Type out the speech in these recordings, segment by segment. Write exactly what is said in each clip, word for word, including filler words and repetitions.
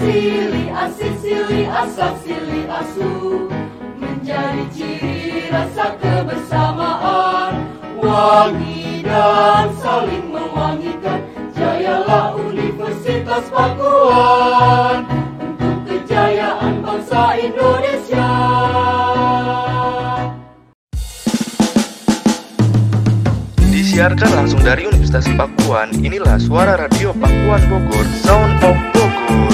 Lili, asih silih, asap silih asu, menjadi ciri rasa kebersamaan, wangi dan saling mewangikan. Jayalah Universitas Pakuan untuk kejayaan bangsa Indonesia. Disiarkan langsung dari Universitas Pakuan, inilah suara radio Pakuan Bogor, Sound of Bogor.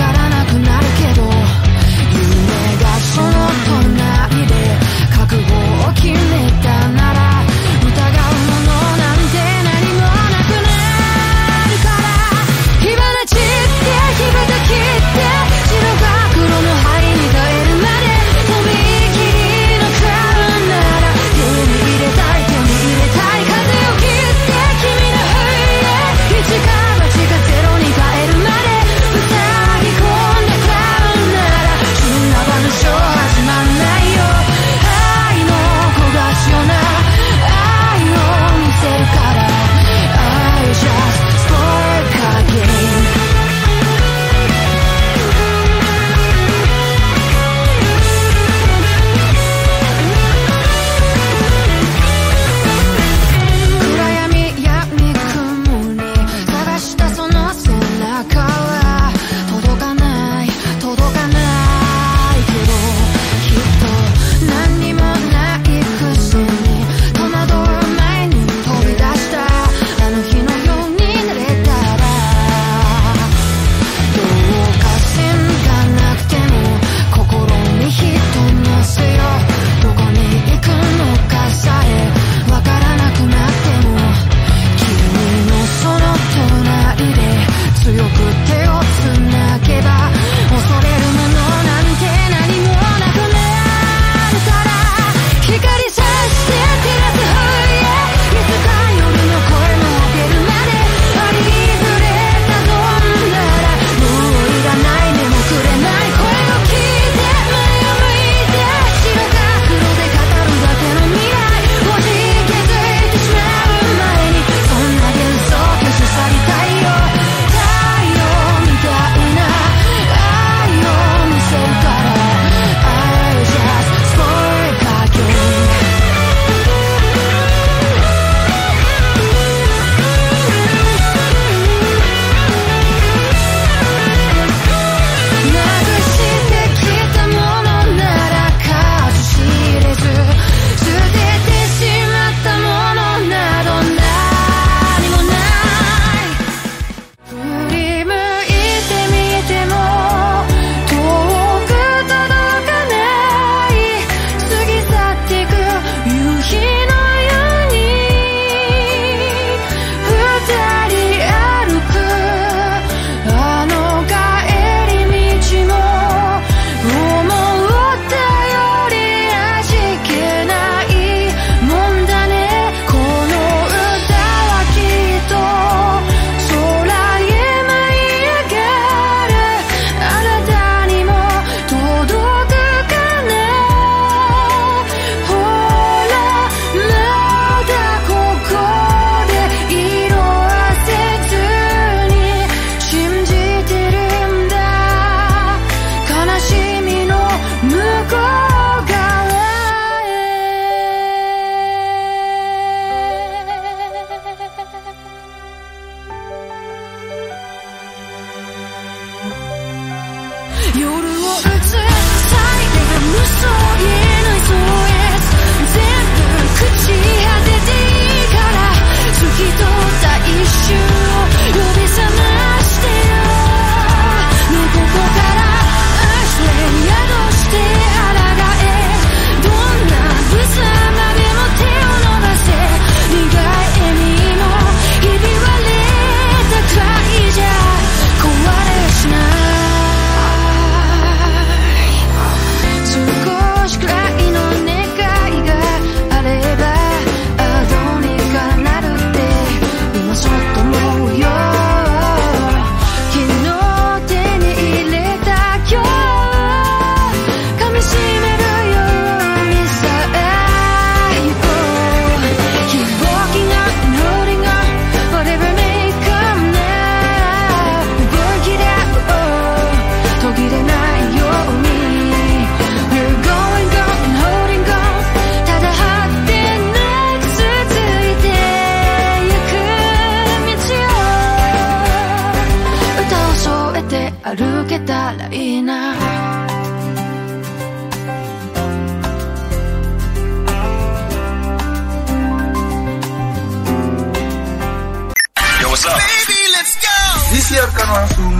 覚悟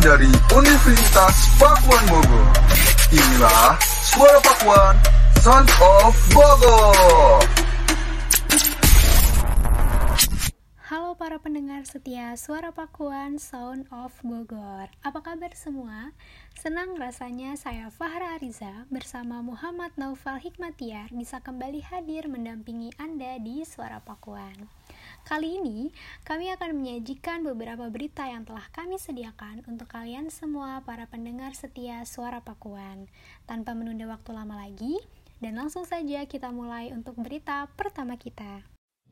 dari Universitas Pakuan Bogor. Inilah Suara Pakuan, Sound of Bogor. Halo para pendengar setia Suara Pakuan Sound of Bogor. Apa kabar semua? Senang rasanya saya Fahra Ariza bersama Muhammad Naufal Hikmatiar bisa kembali hadir mendampingi Anda di Suara Pakuan. Kali ini kami akan menyajikan beberapa berita yang telah kami sediakan untuk kalian semua para pendengar setia Suara Pakuan. Tanpa menunda waktu lama lagi, dan langsung saja kita mulai untuk berita pertama kita.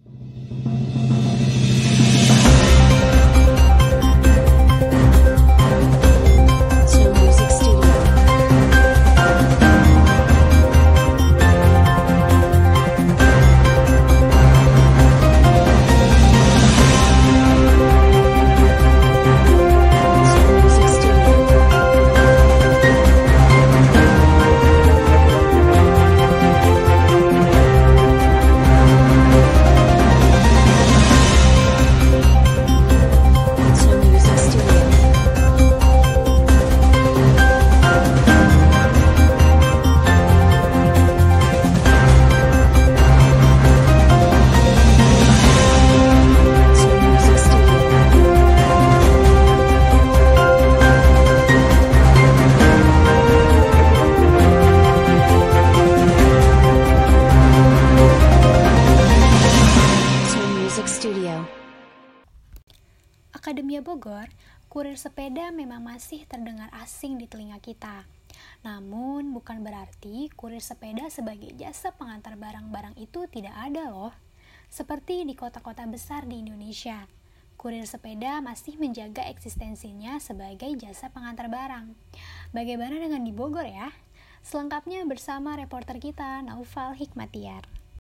Akademia Bogor, kurir sepeda memang masih terdengar asing di telinga kita. Namun, bukan berarti kurir sepeda sebagai jasa pengantar barang-barang itu tidak ada loh. Seperti di kota-kota besar di Indonesia, kurir sepeda masih menjaga eksistensinya sebagai jasa pengantar barang. Bagaimana dengan di Bogor ya? Selengkapnya bersama reporter kita, Naufal Hikmatiar.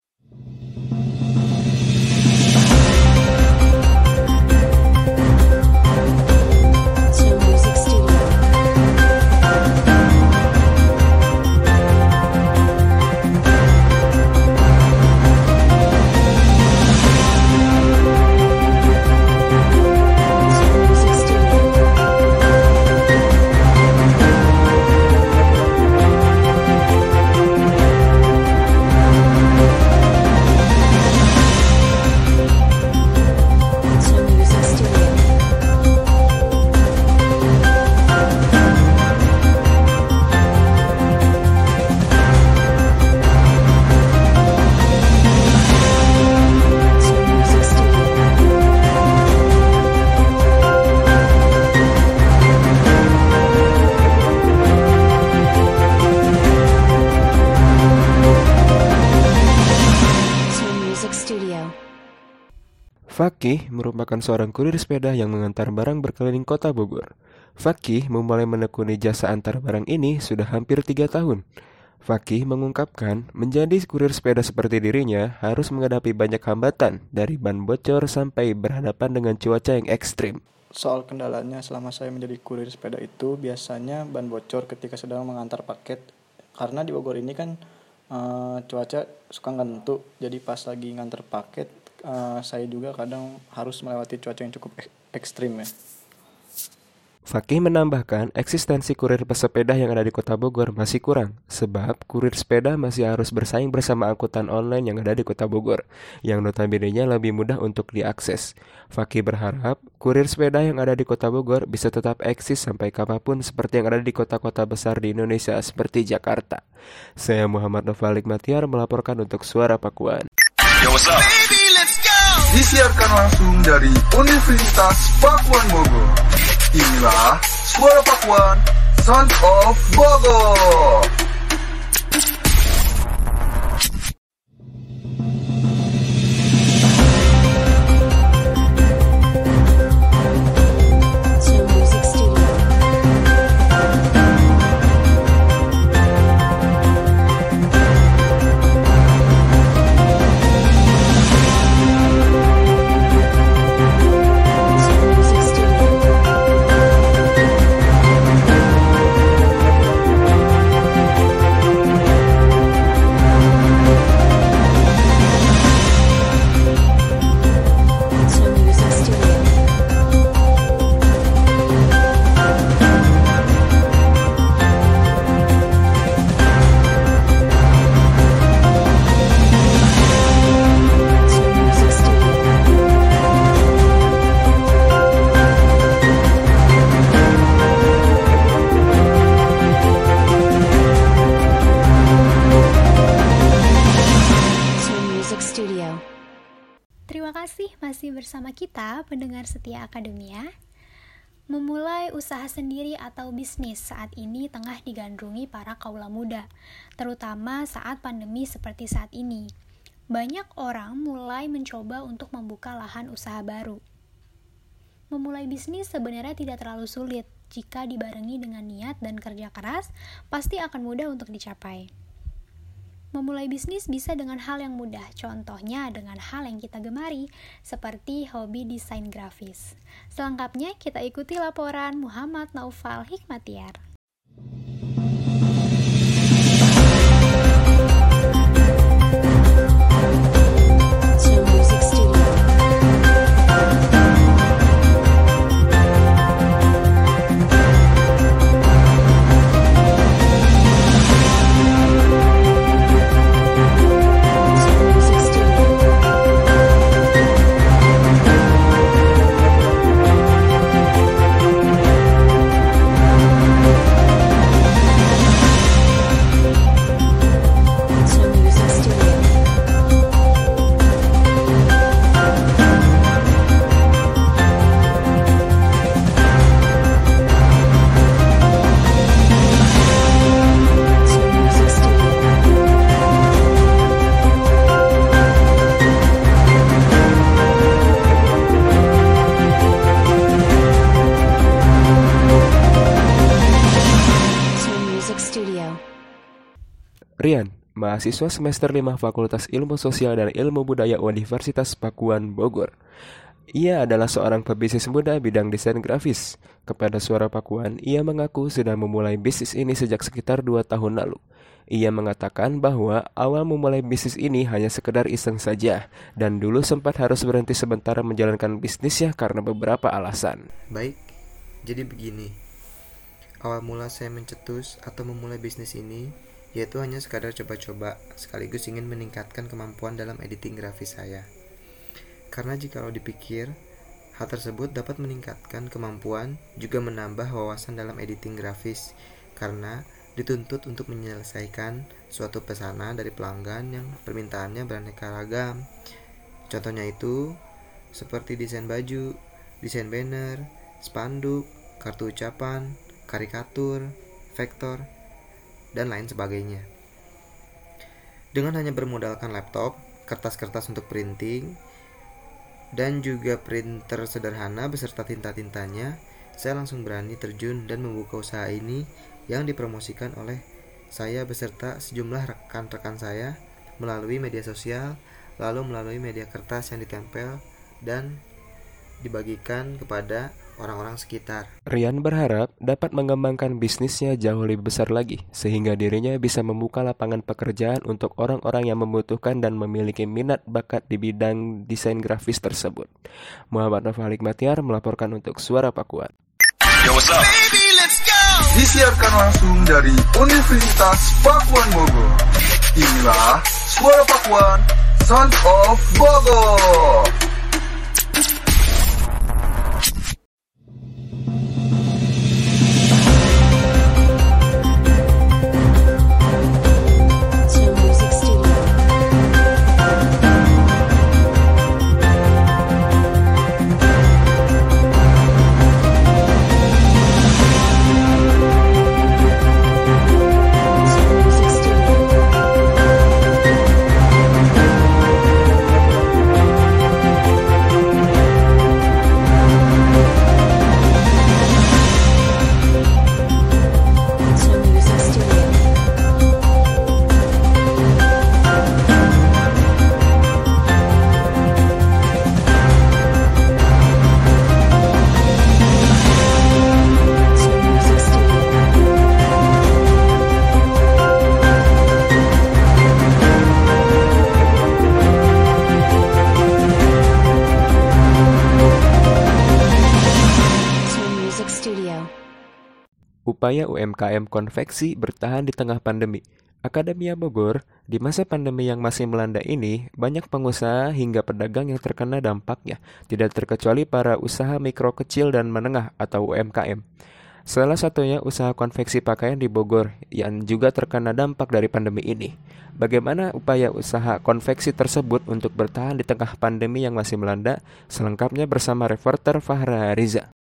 Fakih merupakan seorang kurir sepeda yang mengantar barang berkeliling kota Bogor. Fakih memulai menekuni jasa antar barang ini sudah hampir tiga tahun. Fakih mengungkapkan, menjadi kurir sepeda seperti dirinya harus menghadapi banyak hambatan, dari ban bocor sampai berhadapan dengan cuaca yang ekstrim. Soal kendalanya selama saya menjadi kurir sepeda itu biasanya ban bocor ketika sedang mengantar paket. Karena di Bogor ini kan uh, cuaca suka nggak tentu, jadi pas lagi ngantar paket, Uh, saya juga kadang harus melewati cuaca yang cukup ek- ekstrim ya. Fakih menambahkan, eksistensi kurir pesepeda yang ada di kota Bogor masih kurang, sebab kurir sepeda masih harus bersaing bersama angkutan online yang ada di kota Bogor, yang notabene-nya lebih mudah untuk diakses. Fakih berharap, kurir sepeda yang ada di kota Bogor bisa tetap eksis sampai kapanpun seperti yang ada di kota-kota besar di Indonesia seperti Jakarta. Saya Muhammad Naufal Hikmatiar melaporkan untuk Suara Pakuan. Yo, what's up? Baby, let's go! Disiarkan langsung dari Universitas Pakuan Bogor. Inilah Suara Pakuan, Sound of Bogor. Terima kasih masih bersama kita, pendengar setia Akademia. Memulai usaha sendiri atau bisnis saat ini tengah digandrungi para kaula muda, terutama saat pandemi seperti saat ini. Banyak orang mulai mencoba untuk membuka lahan usaha baru. Memulai bisnis sebenarnya tidak terlalu sulit. Jika dibarengi dengan niat dan kerja keras, pasti akan mudah untuk dicapai. Memulai bisnis bisa dengan hal yang mudah, contohnya dengan hal yang kita gemari, seperti hobi desain grafis. Selengkapnya kita ikuti laporan Muhammad Naufal Hikmatiar. Rian, mahasiswa semester lima Fakultas Ilmu Sosial dan Ilmu Budaya Universitas Pakuan Bogor. Ia adalah seorang pebisnis muda bidang desain grafis. Kepada Suara Pakuan, ia mengaku sudah memulai bisnis ini sejak sekitar dua tahun lalu. Ia mengatakan bahwa awal memulai bisnis ini hanya sekedar iseng saja, dan dulu sempat harus berhenti sebentar menjalankan bisnisnya karena beberapa alasan. Baik, jadi begini. Awal mula saya mencetus atau memulai bisnis ini yaitu hanya sekadar coba-coba, sekaligus ingin meningkatkan kemampuan dalam editing grafis saya. Karena jikalau dipikir, hal tersebut dapat meningkatkan kemampuan, juga menambah wawasan dalam editing grafis, karena dituntut untuk menyelesaikan suatu pesanan dari pelanggan yang permintaannya beraneka ragam. Contohnya itu, seperti desain baju, desain banner, spanduk, kartu ucapan, karikatur, vektor, dan lain sebagainya. Dengan hanya bermodalkan laptop, kertas-kertas untuk printing, dan juga printer sederhana beserta tinta-tintanya, saya langsung berani terjun dan membuka usaha ini yang dipromosikan oleh saya beserta sejumlah rekan-rekan saya melalui media sosial, lalu melalui media kertas yang ditempel dan dibagikan kepada orang-orang sekitar. Rian berharap dapat mengembangkan bisnisnya jauh lebih besar lagi, sehingga dirinya bisa membuka lapangan pekerjaan untuk orang-orang yang membutuhkan dan memiliki minat bakat di bidang desain grafis tersebut. Muhammad Naufal Hikmatiar melaporkan untuk Suara Pakuan. Yo, what's up? Baby, let's go! Disiarkan langsung dari Universitas Pakuan Bogor. Inilah Suara Pakuan, Sound of Bogor. Upaya U M K M konveksi bertahan di tengah pandemi. Akademia Bogor, di masa pandemi yang masih melanda ini, banyak pengusaha hingga pedagang yang terkena dampaknya, tidak terkecuali para usaha mikro kecil dan menengah atau U M K M. Salah satunya usaha konveksi pakaian di Bogor yang juga terkena dampak dari pandemi ini. Bagaimana upaya usaha konveksi tersebut untuk bertahan di tengah pandemi yang masih melanda? Selengkapnya bersama reporter Fahra Riza.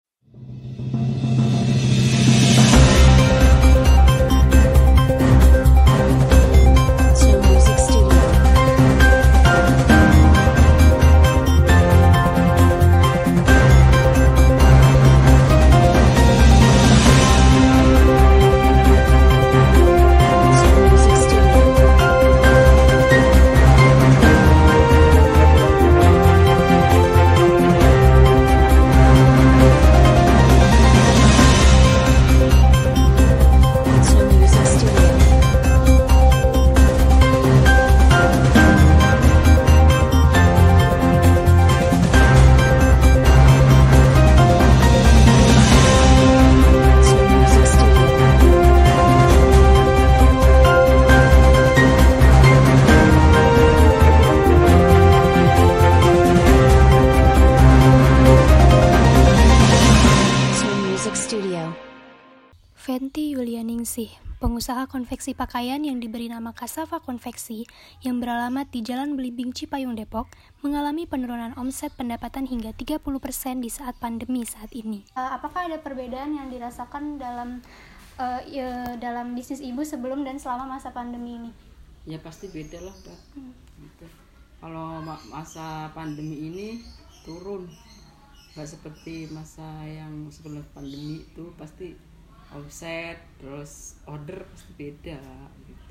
Fenty Yulianingsih, pengusaha konveksi pakaian yang diberi nama Kasava Konveksi yang beralamat di Jalan Belimbing Cipayung Depok, mengalami penurunan omset pendapatan hingga tiga puluh persen di saat pandemi saat ini. Uh, apakah ada perbedaan yang dirasakan dalam uh, ya, dalam bisnis ibu sebelum dan selama masa pandemi ini? Ya pasti beda lah, Mbak. Hmm. Gitu. Kalau masa pandemi ini turun, nggak seperti masa yang sebelum pandemi itu pasti omset terus order pasti beda gitu.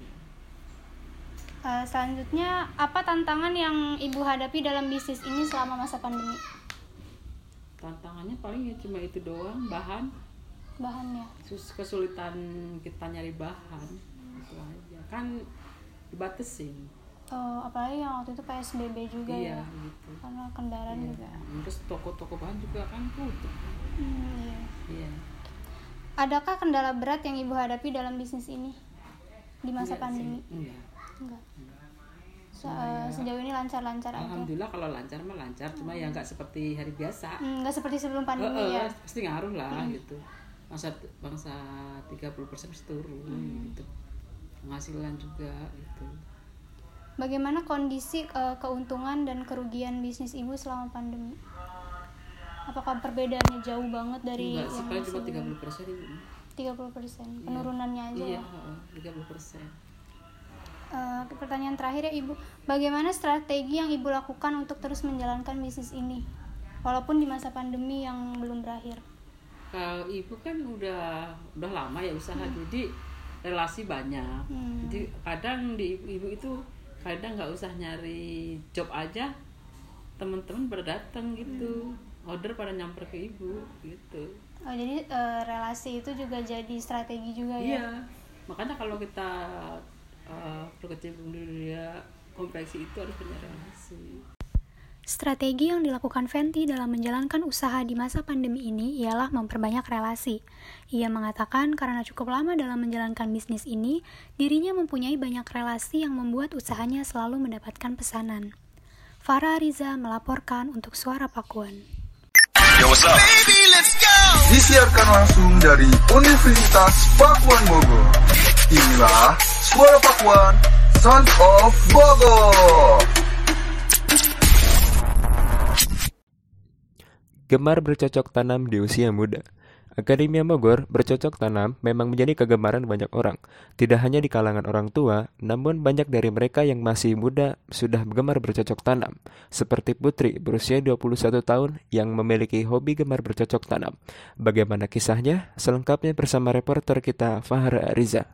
Uh, selanjutnya apa tantangan yang ibu hadapi dalam bisnis ini selama masa pandemi? Tantangannya paling ya cuma itu doang, bahan bahannya Sus- kesulitan kita nyari bahan itu aja kan dibatasin. Oh, apalagi yang waktu itu P S B B juga. Iya, ya gitu. Karena kendaraan iya. juga. Terus toko-toko bahan juga kan tutup. Hmm, iya. Iya. Adakah kendala berat yang ibu hadapi dalam bisnis ini di masa Enggak pandemi? Sih. Enggak. Enggak. Se- uh, sejauh ini lancar-lancar aja. Alhamdulillah kalau lancar mah lancar, cuma hmm. ya nggak seperti hari biasa. Hmm, nggak seperti sebelum pandemi uh, uh, ya. Pasti ngaruh lah hmm. gitu. Bangsa bangsa tiga puluh persen pasti turun hmm. gitu. Penghasilan juga gitu. Bagaimana kondisi uh, keuntungan dan kerugian bisnis ibu selama pandemi? Apakah perbedaannya jauh banget dari Enggak, yang paling cuma tiga puluh persen itu. tiga puluh persen penurunannya aja. Iya, ya? tiga puluh persen. Uh, pertanyaan terakhir ya Ibu, bagaimana strategi yang Ibu lakukan untuk terus menjalankan bisnis ini walaupun di masa pandemi yang belum berakhir? Kalau Ibu kan udah udah lama ya usaha, hmm. jadi relasi banyak. Hmm. Jadi kadang di Ibu itu kadang nggak usah nyari job aja, teman-teman pada datang gitu. Hmm. Order pada nyamper ke ibu gitu. Oh, jadi e, relasi itu juga jadi strategi juga ya? Iya, makanya kalau kita e, berkecimpung di dunia konveksi itu harus punya relasi. Strategi yang dilakukan Fenty dalam menjalankan usaha di masa pandemi ini ialah memperbanyak relasi. Ia mengatakan karena cukup lama dalam menjalankan bisnis ini, dirinya mempunyai banyak relasi yang membuat usahanya selalu mendapatkan pesanan. Fahra Riza melaporkan untuk Suara Pakuan. Yo, what's up? Baby, let's go! Disiarkan langsung dari Universitas Pakuan Bogor. Inilah Suara Pakuan, Sons of Bogor. Gemar bercocok tanam di usia muda. Akademia Bogor bercocok tanam memang menjadi kegemaran banyak orang. Tidak hanya di kalangan orang tua, namun banyak dari mereka yang masih muda sudah gemar bercocok tanam. Seperti Putri berusia dua puluh satu tahun yang memiliki hobi gemar bercocok tanam. Bagaimana kisahnya? Selengkapnya bersama reporter kita Fahra Riza.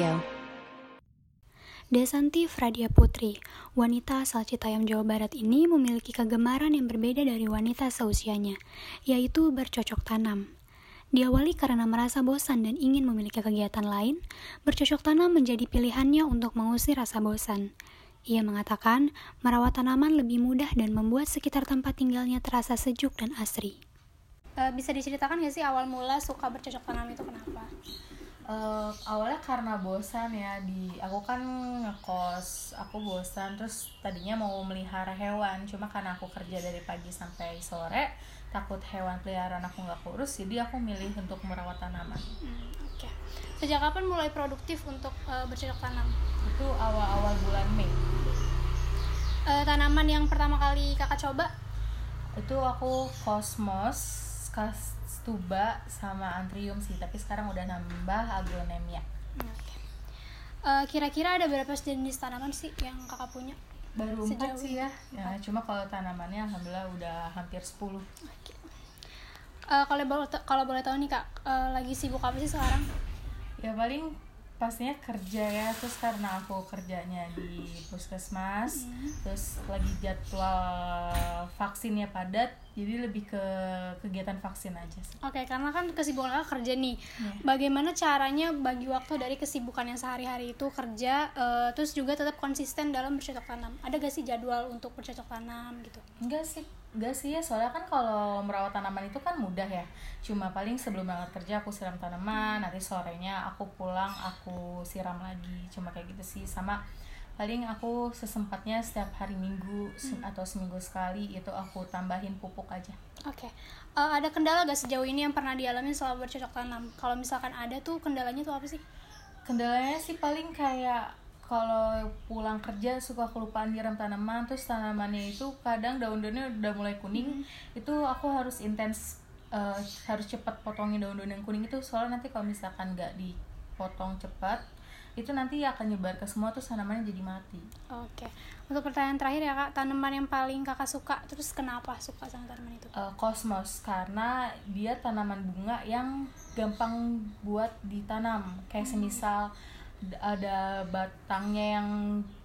Riau. Desanti Fradia Putri, wanita asal Citayam, Jawa Barat ini memiliki kegemaran yang berbeda dari wanita seusianya, yaitu bercocok tanam. Diawali karena merasa bosan dan ingin memiliki kegiatan lain, bercocok tanam menjadi pilihannya untuk mengusir rasa bosan. Ia mengatakan, merawat tanaman lebih mudah dan membuat sekitar tempat tinggalnya terasa sejuk dan asri. Uh, bisa diceritakan nggak sih awal mula suka bercocok tanam itu kenapa? Uh, awalnya karena bosan ya, di aku kan ngekos, aku bosan, terus tadinya mau melihara hewan, cuma karena aku kerja dari pagi sampai sore, takut hewan peliharaan aku nggak kurus, jadi aku milih untuk merawat tanaman. Hmm, Oke. Okay. Sejak kapan mulai produktif untuk uh, bercocok tanam? Itu awal-awal bulan Mei. Uh, tanaman yang pertama kali kakak coba? Itu aku Cosmos, Stuba sama Anthurium sih, tapi sekarang udah nambah Aglaonemia. Okay. Uh, kira-kira ada berapa jenis tanaman sih yang kakak punya? Baru empat sih ya. Ya, cuma kalau tanamannya alhamdulillah udah hampir sepuluh. Okay. Uh, kalau boleh kalau boleh tahu nih kak, uh, lagi sibuk apa sih sekarang? Ya paling pastinya kerja ya, terus karena aku kerjanya di puskesmas, hmm. terus lagi jadwal vaksinnya padat, jadi lebih ke kegiatan vaksin aja sih. Oke, okay, karena kan kesibukan kakak kerja nih, yeah. Bagaimana caranya bagi waktu dari kesibukan yang sehari-hari itu kerja, uh, terus juga tetap konsisten dalam bercocok tanam? Ada gak sih jadwal untuk bercocok tanam gitu? Enggak sih, enggak sih ya, soalnya kan kalau merawat tanaman itu kan mudah ya. Cuma paling sebelum berangkat kerja aku siram tanaman, nanti sorenya aku pulang aku siram lagi, cuma kayak gitu sih. Sama paling aku sesempatnya setiap hari Minggu hmm. atau seminggu sekali itu aku tambahin pupuk aja. Oke, okay. uh, ada kendala gak sejauh ini yang pernah dialami selama bercocok tanam? Kalau misalkan ada tuh kendalanya tuh apa sih? Kendalanya sih paling kayak kalau pulang kerja suka kelupaan nyiram tanaman, terus tanamannya itu kadang daun-daunnya udah mulai kuning, hmm. itu aku harus intens, uh, harus cepat potongin daun-daun yang kuning itu, soalnya nanti kalau misalkan nggak dipotong cepat, itu nanti akan nyebar ke semua, terus tanamannya jadi mati. Oke, untuk pertanyaan terakhir ya kak, tanaman yang paling kakak suka, terus kenapa suka sama tanaman itu? Uh, Cosmos, karena dia tanaman bunga yang gampang buat ditanam, kayak hmm. semisal ada batangnya yang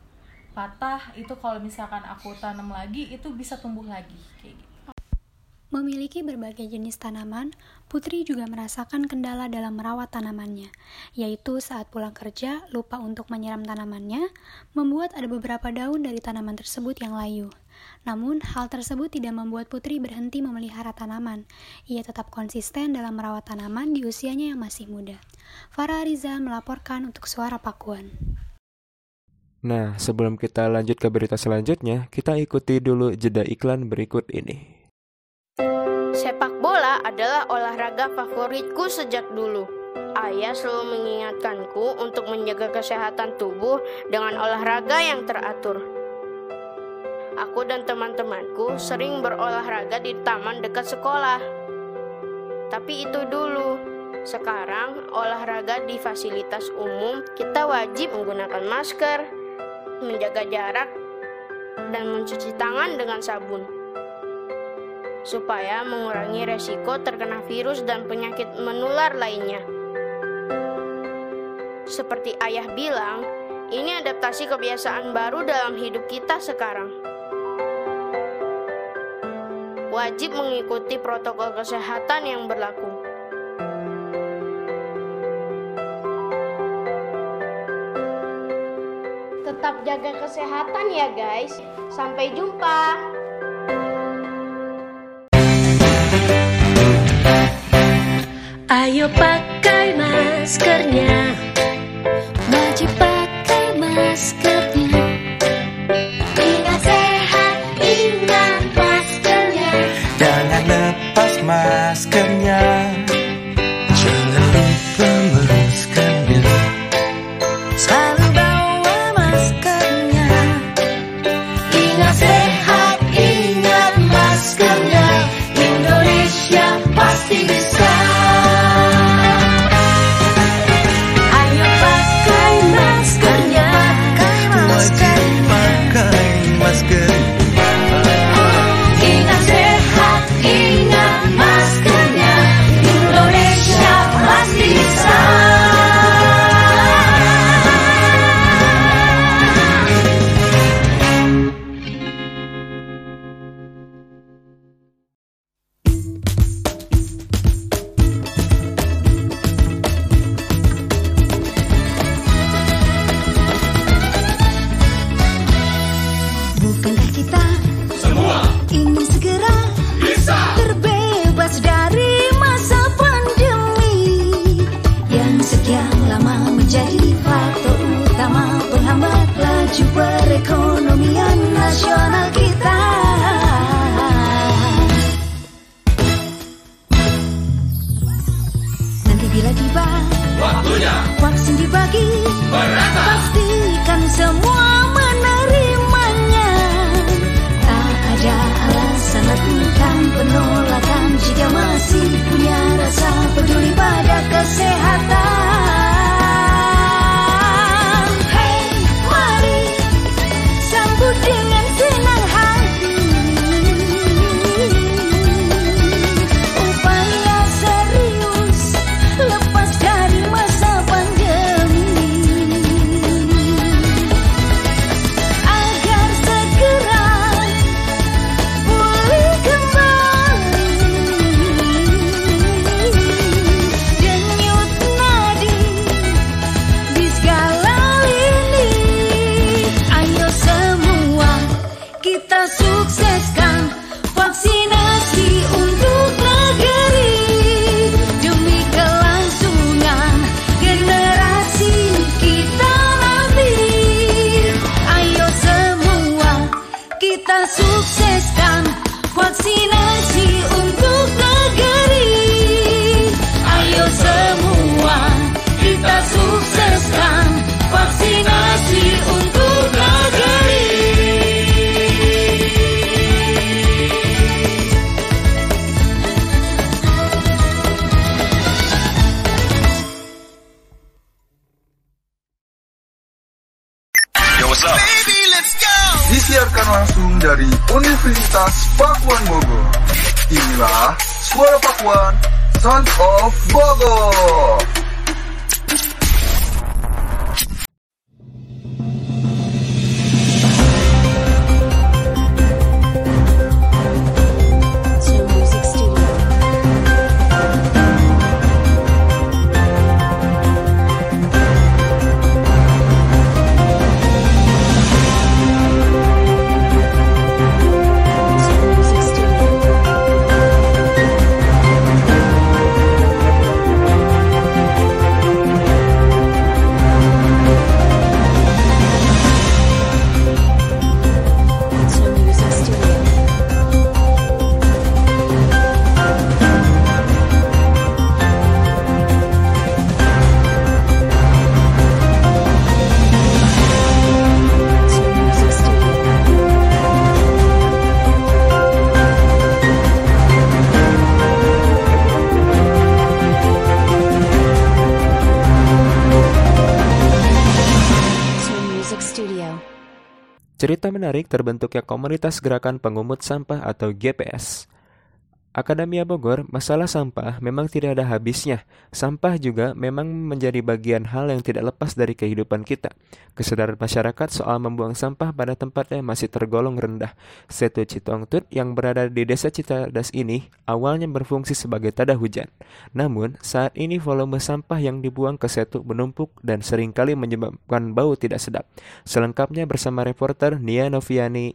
patah, itu kalau misalkan aku tanam lagi itu bisa tumbuh lagi kayak gitu. Memiliki berbagai jenis tanaman, Putri juga merasakan kendala dalam merawat tanamannya, yaitu saat pulang kerja lupa untuk menyiram tanamannya, membuat ada beberapa daun dari tanaman tersebut yang layu. Namun, hal tersebut tidak membuat Putri berhenti memelihara tanaman. Ia tetap konsisten dalam merawat tanaman di usianya yang masih muda. Farah Ariza melaporkan untuk Suara Pakuan. Nah, sebelum kita lanjut ke berita selanjutnya, kita ikuti dulu jeda iklan berikut ini. Sepak bola adalah olahraga favoritku sejak dulu. Ayah selalu mengingatkanku untuk menjaga kesehatan tubuh dengan olahraga yang teratur. Aku dan teman-temanku sering berolahraga di taman dekat sekolah. Tapi itu dulu. Sekarang olahraga di fasilitas umum kita wajib menggunakan masker, menjaga jarak, dan mencuci tangan dengan sabun, supaya mengurangi resiko terkena virus dan penyakit menular lainnya. Seperti ayah bilang, ini adaptasi kebiasaan baru dalam hidup kita sekarang. Wajib mengikuti protokol kesehatan yang berlaku. Tetap jaga kesehatan ya guys. Sampai jumpa. Ayo pakai maskernya, wajib pakai maskernya. Ingat sehat, ingat maskernya. Jangan lepas maskernya, jangan lupa meluskannya. Selalu bawa maskernya. Ingat sehat, ingat maskernya. Indonesia pasti bisa. Ayo pakai maskernya, maju perekonomian nasional kita. Nanti bila tiba waktunya vaksin dibagi, merata, pastikan semua menerimanya. Tak ada alasan lakukan penolakan jika masih punya rasa peduli pada kesehatan. Hey, mari sambut dengan senang hati upaya serius lepas dari masa pandemi, agar segera pulih kembali. Denyut nadi di segala lini. Ayo semua kita sukseskan vaksinasi untuk negeri demi kelangsungan generasi kita nanti. Ayo semua kita sukseskan vaksinasi untuk negeri. Ayo semua kita sukseskan vaksinasi untuk negeri. Yo, what's up? Baby, let's go! Disiarkan langsung dari Universitas Pakuan Bogor. Inilah Suara Pakuan, Sound of Bogor. Cerita menarik terbentuknya komunitas gerakan pengumpul sampah atau G P S. Akademia Bogor, masalah sampah memang tidak ada habisnya. Sampah juga memang menjadi bagian hal yang tidak lepas dari kehidupan kita. Kesadaran masyarakat soal membuang sampah pada tempatnya masih tergolong rendah. Setu Citongtut yang berada di Desa Cicadas ini awalnya berfungsi sebagai tada hujan. Namun, saat ini volume sampah yang dibuang ke setu menumpuk dan seringkali menyebabkan bau tidak sedap. Selengkapnya bersama reporter Nia Noviani.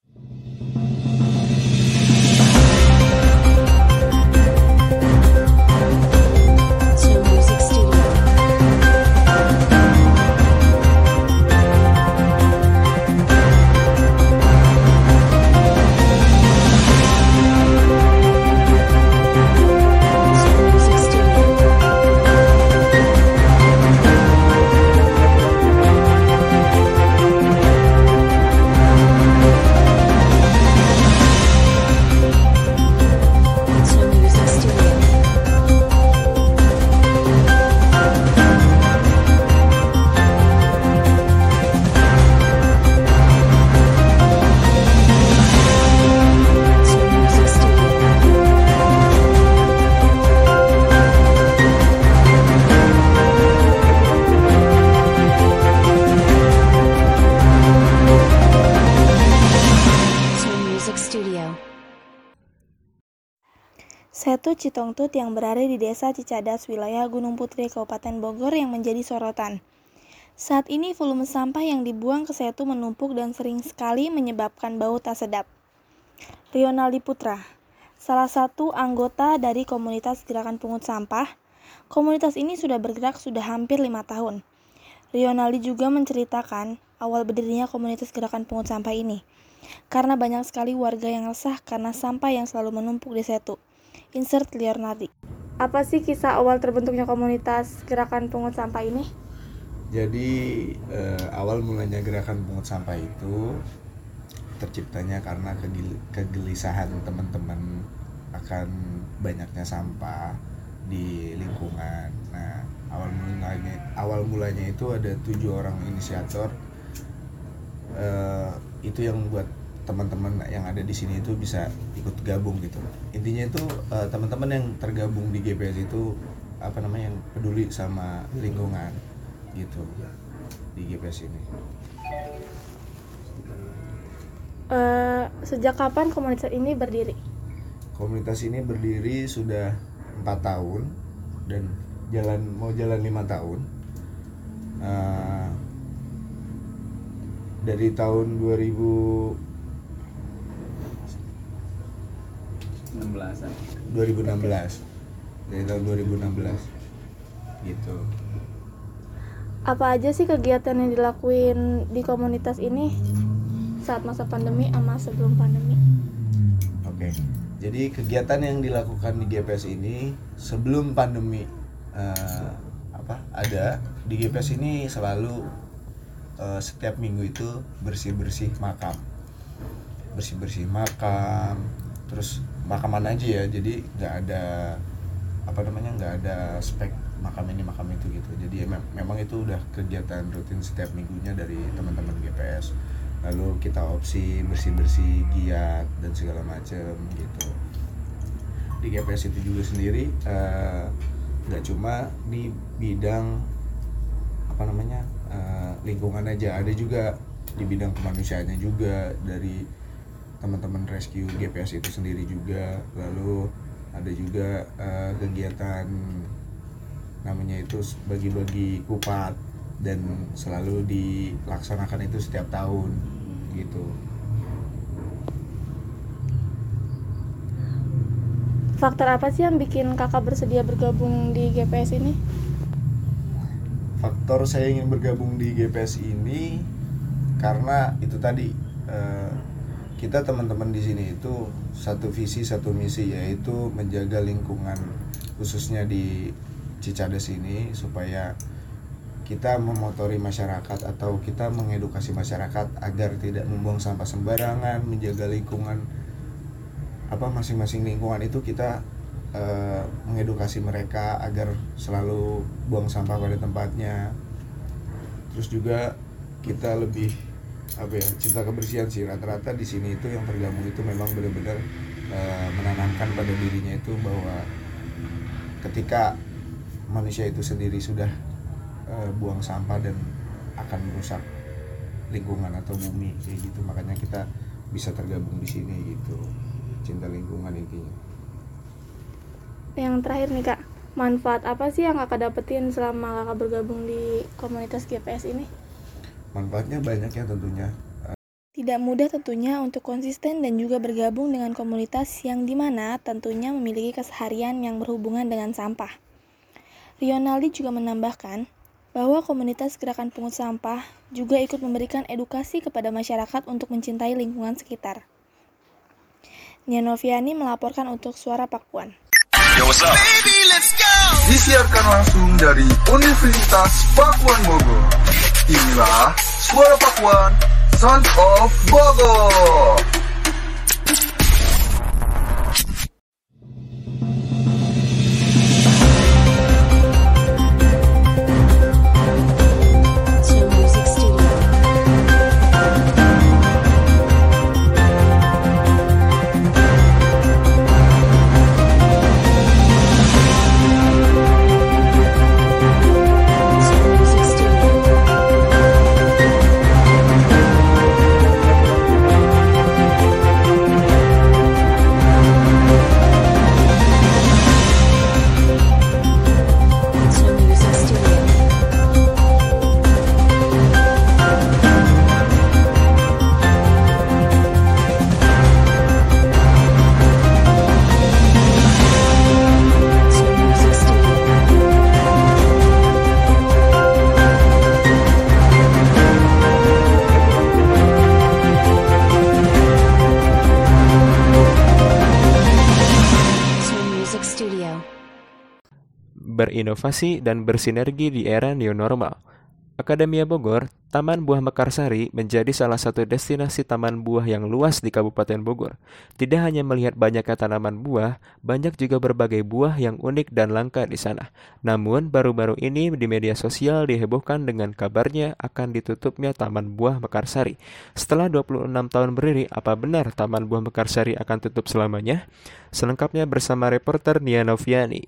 Setu Citongtut yang berada di Desa Cicadas, wilayah Gunung Putri, Kabupaten Bogor yang menjadi sorotan. Saat ini volume sampah yang dibuang ke setu menumpuk dan sering sekali menyebabkan bau tak sedap. Rionaldi Putra, salah satu anggota dari komunitas gerakan pungut sampah. Komunitas ini sudah bergerak sudah hampir lima tahun. Rionaldi juga menceritakan awal berdirinya komunitas gerakan pungut sampah ini. Karena banyak sekali warga yang resah karena sampah yang selalu menumpuk di Setu. Insert Leonardi. Apa sih kisah awal terbentuknya komunitas gerakan pungut sampah ini? Jadi eh, awal mulanya gerakan pungut sampah itu terciptanya karena kegel- kegelisahan teman-teman akan banyaknya sampah di lingkungan. Nah, awal mulanya awal mulanya itu ada tujuh orang inisiator. Uh, itu yang buat teman-teman yang ada di sini itu bisa ikut gabung gitu. Intinya itu uh, teman-teman yang tergabung di G P S itu apa namanya yang peduli sama lingkungan gitu di G P S ini. Uh, sejak kapan komunitas ini berdiri? Komunitas ini berdiri sudah empat tahun dan jalan mau jalan lima tahun. Uh, dari tahun dua ribu enam belas dari tahun dua ribu enam belas gitu. Apa aja sih kegiatan yang dilakuin di komunitas ini saat masa pandemi sama sebelum pandemi? Oke, jadi kegiatan yang dilakukan di G P S ini sebelum pandemi uh, apa ada di G P S ini selalu uh, setiap minggu itu bersih-bersih makam, bersih-bersih makam, terus makaman aja ya, jadi nggak ada apa namanya nggak ada spek makam ini makam itu gitu. Jadi mem- memang itu udah kegiatan rutin setiap minggunya dari teman-teman G P S. Lalu kita opsi bersih-bersih giat dan segala macam gitu. Di G P S itu juga sendiri nggak uh, cuma di bidang apa namanya uh, lingkungan aja, ada juga di bidang kemanusiaannya juga dari teman-teman rescue G P S itu sendiri juga. Lalu ada juga uh, kegiatan namanya itu bagi-bagi kupat dan selalu dilaksanakan itu setiap tahun gitu. Faktor apa sih yang bikin kakak bersedia bergabung di G P S ini? Faktor saya ingin bergabung di G P S ini karena itu tadi eh, kita teman-teman di sini itu satu visi satu misi, yaitu menjaga lingkungan khususnya di Cicadas ini supaya kita memotori masyarakat atau kita mengedukasi masyarakat agar tidak membuang sampah sembarangan, menjaga lingkungan apa masing-masing lingkungan itu kita uh, mengedukasi mereka agar selalu buang sampah pada tempatnya. Terus juga kita lebih apa ya cinta kebersihan sih, rata-rata di sini itu yang tergabung itu memang benar-benar uh, menanamkan pada dirinya itu bahwa ketika manusia itu sendiri sudah buang sampah dan akan merusak lingkungan atau bumi kayak gitu, makanya kita bisa tergabung di sini gitu, cinta lingkungan intinya. Yang terakhir nih kak, manfaat apa sih yang kakak dapetin selama kakak bergabung di komunitas G P S ini? Manfaatnya banyak ya tentunya. Tidak mudah tentunya untuk konsisten dan juga bergabung dengan komunitas yang dimana tentunya memiliki keseharian yang berhubungan dengan sampah. Rionaldi juga menambahkan bahwa komunitas gerakan pungut sampah juga ikut memberikan edukasi kepada masyarakat untuk mencintai lingkungan sekitar. Nia Noviani melaporkan untuk Suara Pakuan. Yo, what's up? Baby, let's go! Disiarkan langsung dari Universitas Pakuan Bogor. Inilah Suara Pakuan, Sound of Bogor. berinovasi, dan bersinergi di era new normal. Akademia Bogor, Taman Buah Mekarsari menjadi salah satu destinasi taman buah yang luas di Kabupaten Bogor. Tidak hanya melihat banyaknya tanaman buah, banyak juga berbagai buah yang unik dan langka di sana. Namun, baru-baru ini di media sosial dihebohkan dengan kabarnya akan ditutupnya Taman Buah Mekarsari. Setelah dua puluh enam tahun berdiri, apa benar Taman Buah Mekarsari akan tutup selamanya? Selengkapnya bersama reporter Nia Noviani.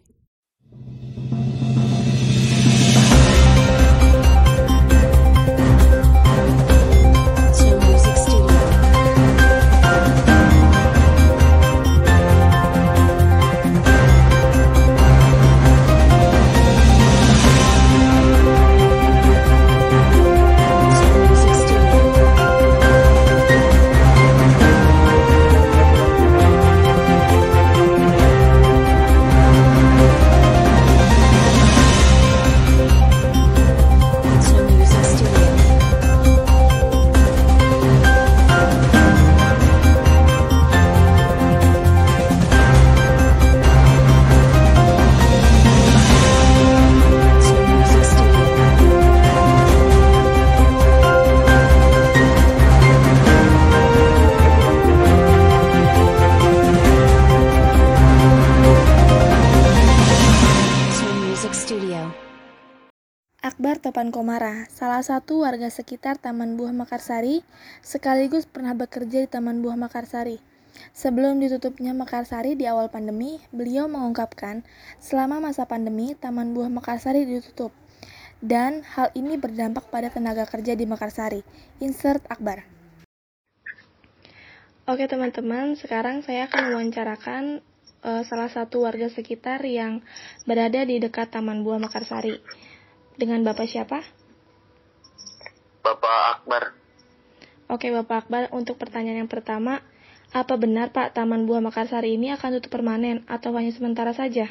Akbar Topan Komara, salah satu warga sekitar Taman Buah Mekarsari, sekaligus pernah bekerja di Taman Buah Mekarsari. Sebelum ditutupnya Mekarsari di awal pandemi, beliau mengungkapkan, selama masa pandemi, Taman Buah Mekarsari ditutup. Dan hal ini berdampak pada tenaga kerja di Mekarsari. Insert Akbar. Oke teman-teman, sekarang saya akan mewawancarakan uh, salah satu warga sekitar yang berada di dekat Taman Buah Mekarsari. Dengan Bapak siapa? Bapak Akbar. Oke Bapak Akbar, untuk pertanyaan yang pertama, apa benar Pak Taman Buah Mekarsari ini akan tutup permanen atau hanya sementara saja?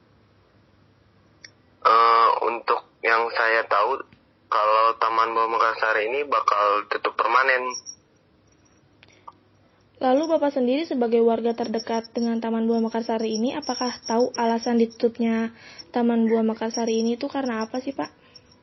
Uh, untuk yang saya tahu, kalau Taman Buah Mekarsari ini bakal tutup permanen. Lalu Bapak sendiri sebagai warga terdekat dengan Taman Buah Mekarsari ini, apakah tahu alasan ditutupnya Taman Buah Mekarsari ini itu karena apa sih Pak?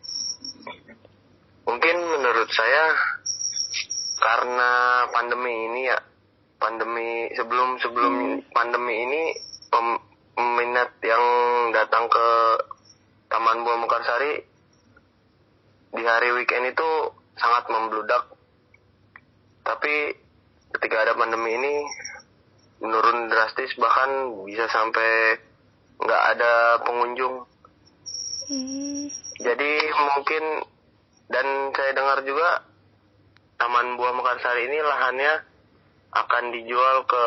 Mungkin menurut saya karena pandemi ini ya, pandemi sebelum sebelum hmm. pandemi ini pem, peminat yang datang ke Taman Buah Mekarsari di hari weekend itu sangat membludak. Tapi ketika ada pandemi ini menurun drastis, bahkan bisa sampai nggak ada pengunjung. Hmm. Jadi mungkin, dan saya dengar juga Taman Buah Mekarsari ini lahannya akan dijual ke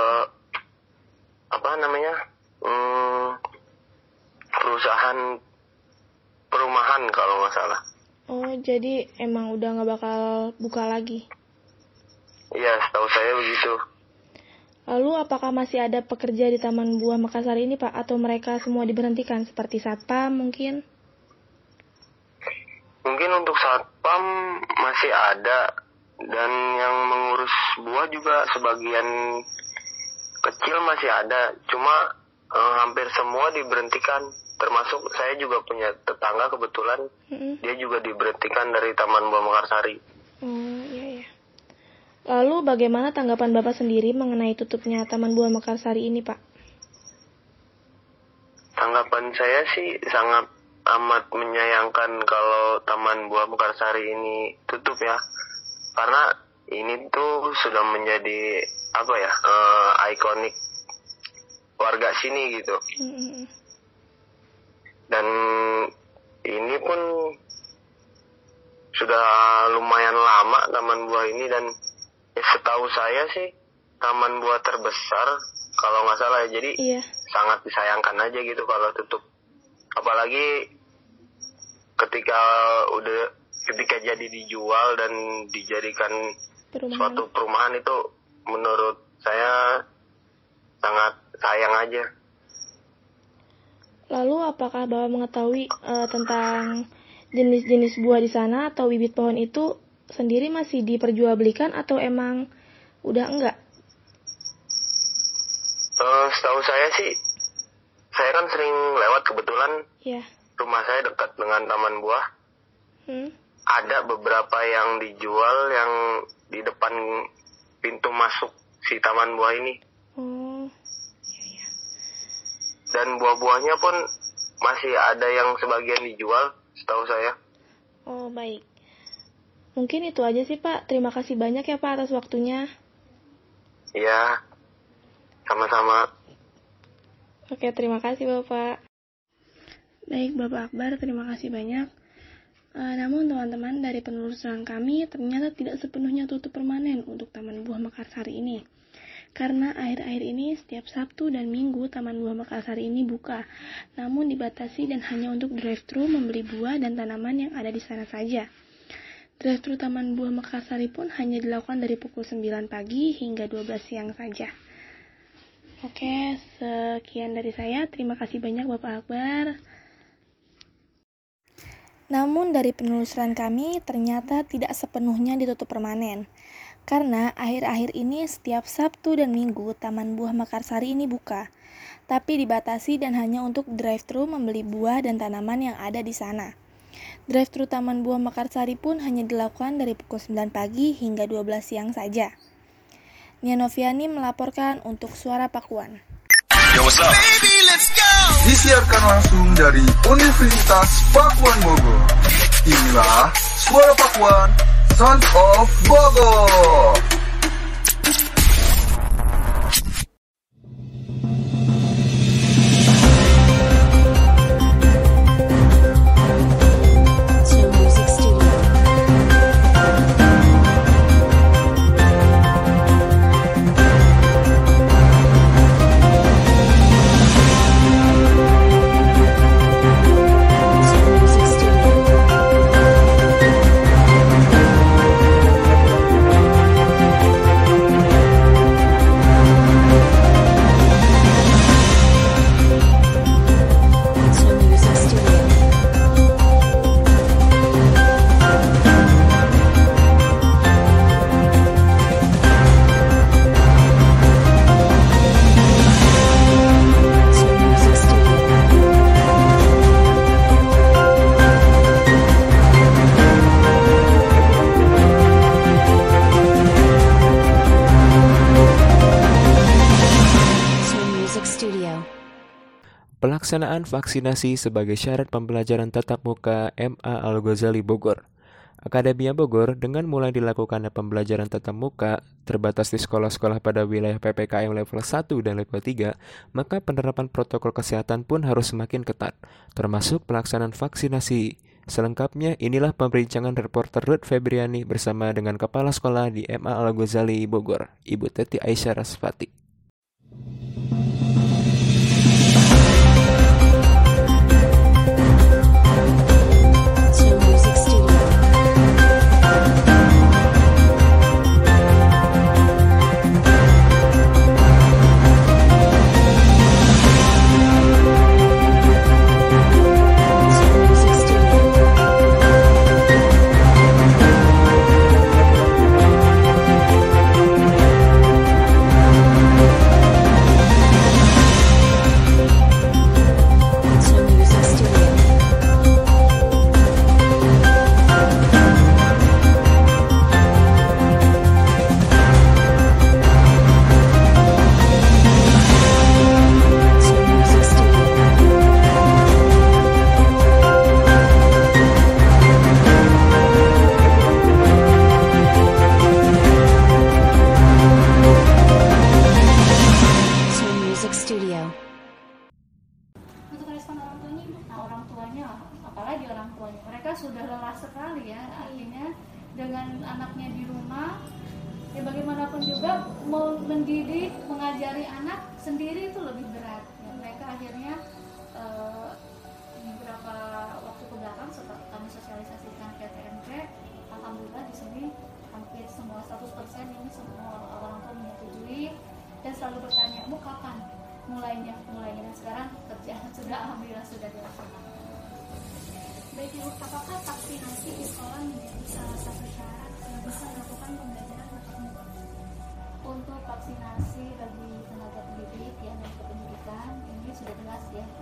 apa namanya hmm, perusahaan perumahan kalau nggak salah. Oh, jadi emang udah nggak bakal buka lagi? Iya, setahu saya begitu. Lalu apakah masih ada pekerja di Taman Buah Mekarsari ini Pak? Atau mereka semua diberhentikan seperti satpam mungkin? Mungkin untuk satpam masih ada, dan yang mengurus buah juga sebagian kecil masih ada. Cuma eh, hampir semua diberhentikan. Termasuk saya juga punya tetangga kebetulan, mm-hmm. dia juga diberhentikan dari Taman Buah Mekarsari. Oh iya iya. Lalu bagaimana tanggapan Bapak sendiri mengenai tutupnya Taman Buah Mekarsari ini, Pak? Tanggapan saya sih sangat amat menyayangkan kalau Taman Buah Mekarsari ini tutup ya. Karena ini tuh sudah menjadi apa ya, uh, ikonik warga sini gitu. Mm-hmm. Dan ini pun sudah lumayan lama Taman Buah ini, dan ya setahu saya sih taman buah terbesar kalau nggak salah ya. Jadi iya. Sangat disayangkan aja gitu kalau tutup. Apalagi ketika udah ketika jadi dijual dan dijadikan perumahan. Suatu perumahan, itu menurut saya sangat sayang aja. Lalu apakah Bapak mengetahui uh, tentang jenis-jenis buah di sana atau bibit pohon itu sendiri masih diperjualbelikan atau emang udah enggak? Uh, setahu saya sih, saya kan sering lewat, kebetulan Iya. rumah saya dekat dengan taman buah. Hmm. Ada beberapa yang dijual yang di depan pintu masuk si taman buah ini. Oh. Dan buah-buahnya pun masih ada yang sebagian dijual, setahu saya. Oh, baik. Mungkin itu aja sih, Pak. Terima kasih banyak ya, Pak, atas waktunya. Iya, sama-sama. Oke, terima kasih, Bapak. Baik, Bapak Akbar, terima kasih banyak. Uh, namun, teman-teman, dari penelusuran kami, ternyata tidak sepenuhnya tutup permanen untuk Taman Buah Mekarsari ini. Karena akhir-akhir ini setiap Sabtu dan Minggu Taman Buah Mekarsari ini buka, namun dibatasi dan hanya untuk drive-thru membeli buah dan tanaman yang ada di sana saja. Drive-thru Taman Buah Mekarsari pun hanya dilakukan dari pukul sembilan pagi hingga dua belas siang saja. Oke, sekian dari saya. Terima kasih banyak Bapak Akbar. Namun dari penelusuran kami ternyata tidak sepenuhnya ditutup permanen. Karena akhir-akhir ini setiap Sabtu dan Minggu Taman Buah Mekarsari ini buka, tapi dibatasi dan hanya untuk drive-thru membeli buah dan tanaman yang ada di sana. Drive-thru Taman Buah Mekarsari pun hanya dilakukan dari pukul sembilan pagi hingga dua belas siang saja. Nia Noviani melaporkan untuk Suara Pakuan. Yo, what's up? Baby, let's go! Disiarkan langsung dari Universitas Pakuan Bogor. Inilah Suara Pakuan, Sound of Bogor. Pelaksanaan vaksinasi sebagai syarat pembelajaran tatap muka M A Al-Ghazali Bogor. Akademia Bogor dengan mulai dilakukannya pembelajaran tatap muka terbatas di sekolah-sekolah pada wilayah P P K M level satu dan level tiga, maka penerapan protokol kesehatan pun harus semakin ketat, termasuk pelaksanaan vaksinasi. Selengkapnya, inilah pembincangan reporter Ruth Febriani bersama dengan Kepala Sekolah di M A Al-Ghazali Bogor, Ibu Teti Aisyah Rasfati. Sudah lelah sekali ya, artinya dengan anaknya di rumah ya bagaimanapun juga mau mendidik, mengajari anak sendiri itu lebih berat ya. Mereka akhirnya eh, beberapa waktu kebelakang setelah kami sosialisasikan P T M P, alhamdulillah di sini hampir semua seratus persen ini semua orang tua menyetujui dan selalu bertanya mau kapan mulainya mulainya dan sekarang kerjaan sudah alhamdulillah sudah dilaksanakan. Baik Ibu, apakah vaksinasi di sekolah menjadi salah satu syarat yang bisa melakukan pembelajaran tatap muka? Untuk vaksinasi bagi tenaga pendidik ya dan kependidikan ini sudah jelas ya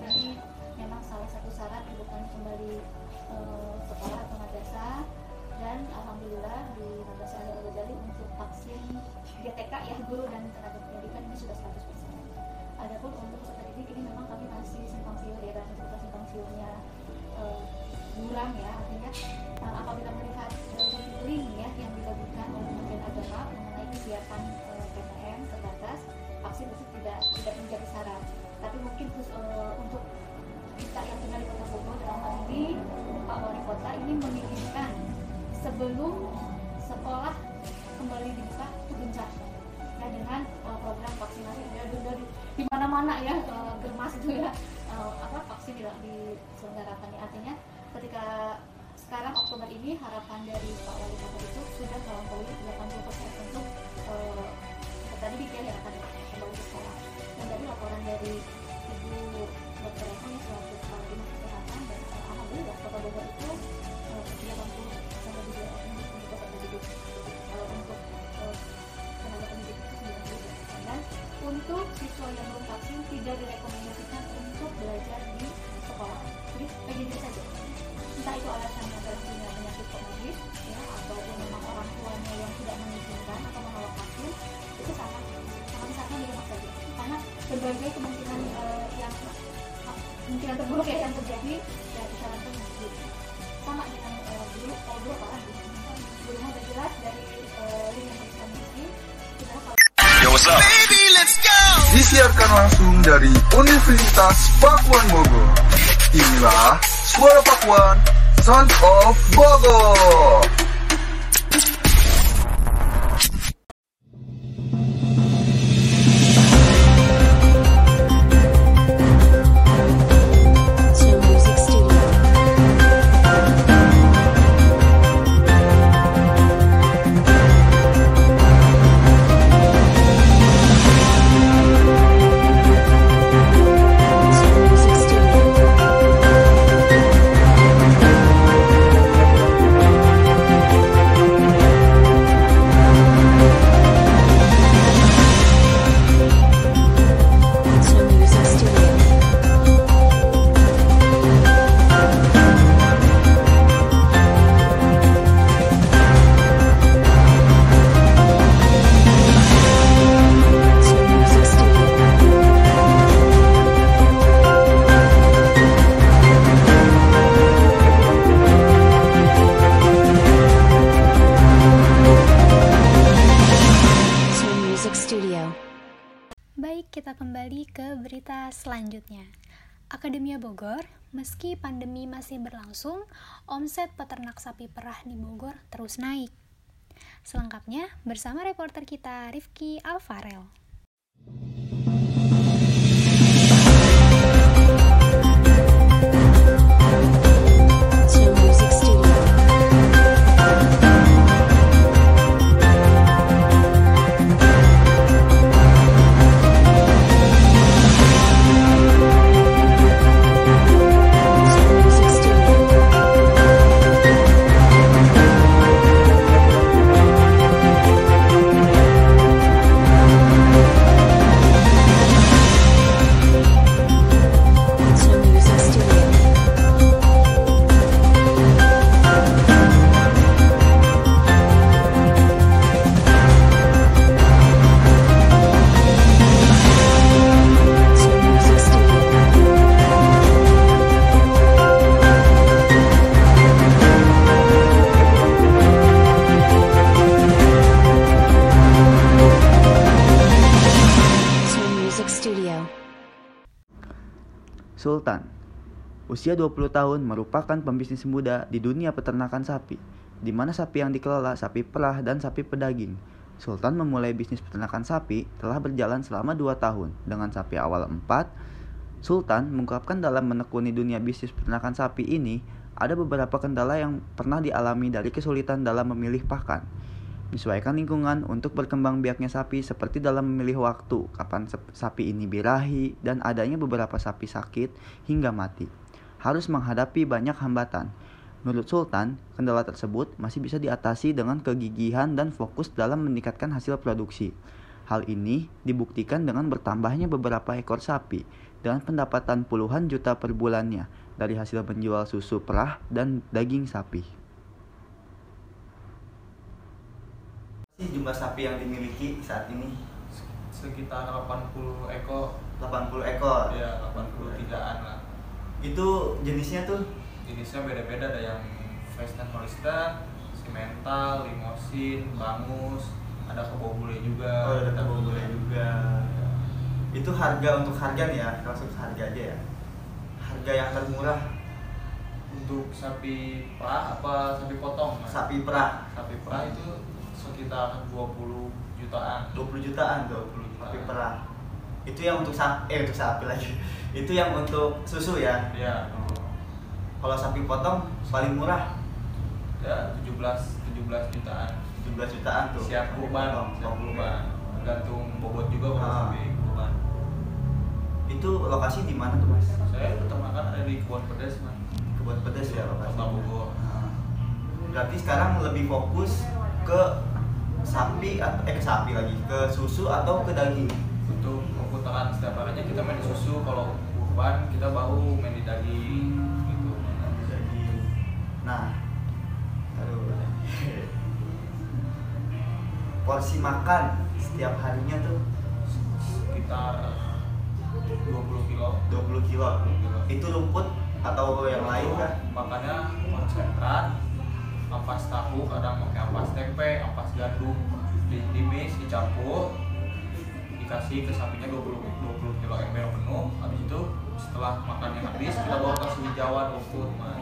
ya, guru dan tenaga pendidikan ini sudah seratus persen. Adapun untuk peserta didik ini memang kami masih simpang siur ya, dan seputar simpang siurnya uh, buram ya, artinya uh, apabila melihat dari link ya yang diberikan oleh Kementerian Agama mengenai kesiapan uh, P T M terbatas, vaksin itu tidak tidak menjadi syarat. Tapi mungkin uh, untuk kita yang tinggal di Kota Bogor dalam hal ini Pak Wali Kota ini menginginkan sebelum sekolah kembali dibuka itu gencar ya, dengan uh, program vaksinasi ya, dari di mana-mana ya, uh, germas itu ya, uh, apa vaksin diselenggarakan. Artinya ketika sekarang Oktober ini harapan dari Pak Wali Kota itu sudah melampaui delapan puluh persen untuk uh, tadi dikirim ya akan kembali ke sekolah. Dan dari laporan dari Ibu Dokter Eva yang selaku Kepala Dinas Kesehatan, dan uh, alhamdulillah Kota Bogor itu uh, delapan puluh sampai tujuh puluh persen untuk peserta didik, uh, untuk uh, tenaga pendidik itu sembilan puluh persen. Dan untuk siswa yang belum vaksin tidak direkomendasikan untuk belajar di sekolah. Jadi P J J saja. Entah itu alasannya adalah punya penyakit komorbid ya, ataupun memang orang tuanya yang tidak mengizinkan atau menolak vaksin, itu sangat sangat sangat di rumah saja. Karena berbagai kemungkinan uh, yang kemungkinan terburuk ya yang terjadi, dan disarankan untuk sama dengan uh, dulu kalau dulu apa lagi belum ada jelas dari uh, link yang harus kami isi. Yo, what's up? Baby, let's go! Disiarkan langsung dari Universitas Pakuan Bogor. Inilah Suara Pakuan, Sound of Bogor. Kita kembali ke berita selanjutnya. Akademia Bogor, meski pandemi masih berlangsung, omset peternak sapi perah di Bogor terus naik. Selengkapnya bersama reporter kita Rifki Alvarel. Sultan, usia dua puluh tahun, merupakan pembisnis muda di dunia peternakan sapi, di mana sapi yang dikelola sapi perah dan sapi pedaging. Sultan memulai bisnis peternakan sapi telah berjalan selama dua tahun dengan sapi awal empat. Sultan mengungkapkan dalam menekuni dunia bisnis peternakan sapi ini ada beberapa kendala yang pernah dialami, dari kesulitan dalam memilih pakan, menyesuaikan lingkungan untuk berkembang biaknya sapi, seperti dalam memilih waktu kapan sapi ini birahi, dan adanya beberapa sapi sakit hingga mati. Harus menghadapi banyak hambatan. Menurut Sultan, kendala tersebut masih bisa diatasi dengan kegigihan dan fokus dalam meningkatkan hasil produksi. Hal ini dibuktikan dengan bertambahnya beberapa ekor sapi dengan pendapatan puluhan juta per bulannya dari hasil menjual susu perah dan daging sapi. Jumlah sapi yang dimiliki saat ini sekitar delapan puluh ekor. delapan puluh ekor. Ya, delapan puluh tigaan lah. Itu jenisnya tuh? Jenisnya beda-beda, ada yang Friesian Holstein, Simmental, Limousin, Bangus, ada kebo bule juga. Oh, ada kebo bule juga. Ya. Itu harga untuk harga nih ya, langsung harga aja ya. Harga yang termurah untuk sapi perah apa sapi potong? Mas? Sapi perah. Sapi perah itu sekitar dua puluh jutaan. dua puluh jutaan tuh sapi perah. Itu yang untuk sapi, eh untuk sapi lagi. Itu yang untuk susu ya? Iya. Kalau sapi potong paling murah? Ya tujuh belas jutaan. tujuh belas jutaan tuh. Siap kurban, siap kurban. Tergantung bobot juga kalau ah. sapi kurban. Itu lokasi di mana tuh Mas? Saya peternakan ada di Kebun Pedes, Mas. Kebun Pedes ya lokasi. Kota Bogor. Nah. Berarti sekarang lebih fokus ke sapi atau eh ke sapi lagi, ke susu atau ke daging? Untuk perputaran setiap harinya kita main di susu, kalau kurban kita baru main di daging gitu. Daging. Nah, aduh. Porsi makan setiap harinya tuh sekitar dua puluh kilo. dua puluh kilo. Itu rumput atau yang lain kan? Makanya konsentrat, ampas tahu, kadang pakai ampas tempe, ampas gandum, di, di mix, dicampur, dikasih ke sapinya dua puluh kilo ember penuh. Habis itu setelah makannya habis kita bawa ke hijauan rumput, Mas.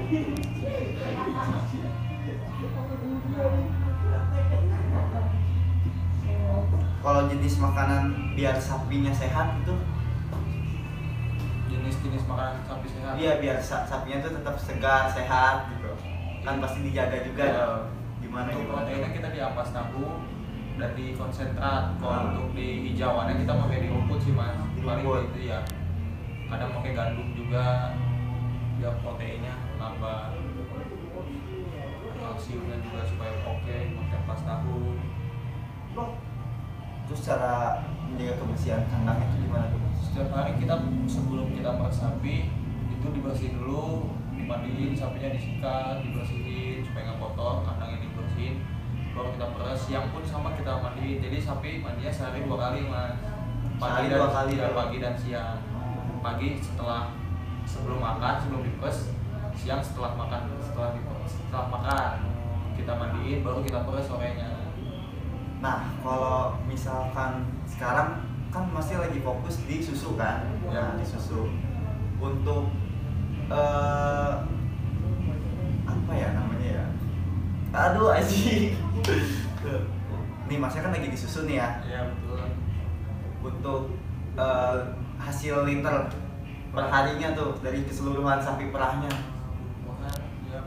Kalau jenis makanan biar sapinya sehat itu? Jenis-jenis makanan sapi sehat? Iya, biar sapinya tuh tetap segar, sehat gitu. Kan pasti dijaga juga ya. Dong. Gimana untuk gimana? proteinnya kita di ampas tahu dan di konsentrat. Kalau hmm. untuk di hijauannya kita pakai di rumput sih Mas. Paling itu ya. Kadang pakai gandum juga biar proteinnya nambah. Kalsiumnya juga supaya oke, pakai ampas tahu. Terus cara menjaga kebersihan kandangnya itu gimana tuh? Setiap hari kita sebelum kita meres sapi itu dibersihin dulu, dimandiin, sapinya disikat, dibersihin supaya nggak kotor, kandangnya dibersihin. Baru kita peres, siang pun sama kita mandiin. Jadi sapi mandinya sehari dua kali Mas. Pagi dan dua kali ya, pagi dan siang. Pagi setelah sebelum makan, sebelum diperes, siang setelah makan, setelah diperes, setelah makan kita mandiin, baru kita peres sorenya. Nah, kalau misalkan sekarang kan masih lagi fokus di susu kan? Ya, di susu. Untuk uh, apa ya namanya ya? Aduh, aji. Nih, Masnya kan lagi di susu nih ya? Iya, betul. Untuk uh, hasil liter perharinya tuh dari keseluruhan sapi perahnya. Wah, ya.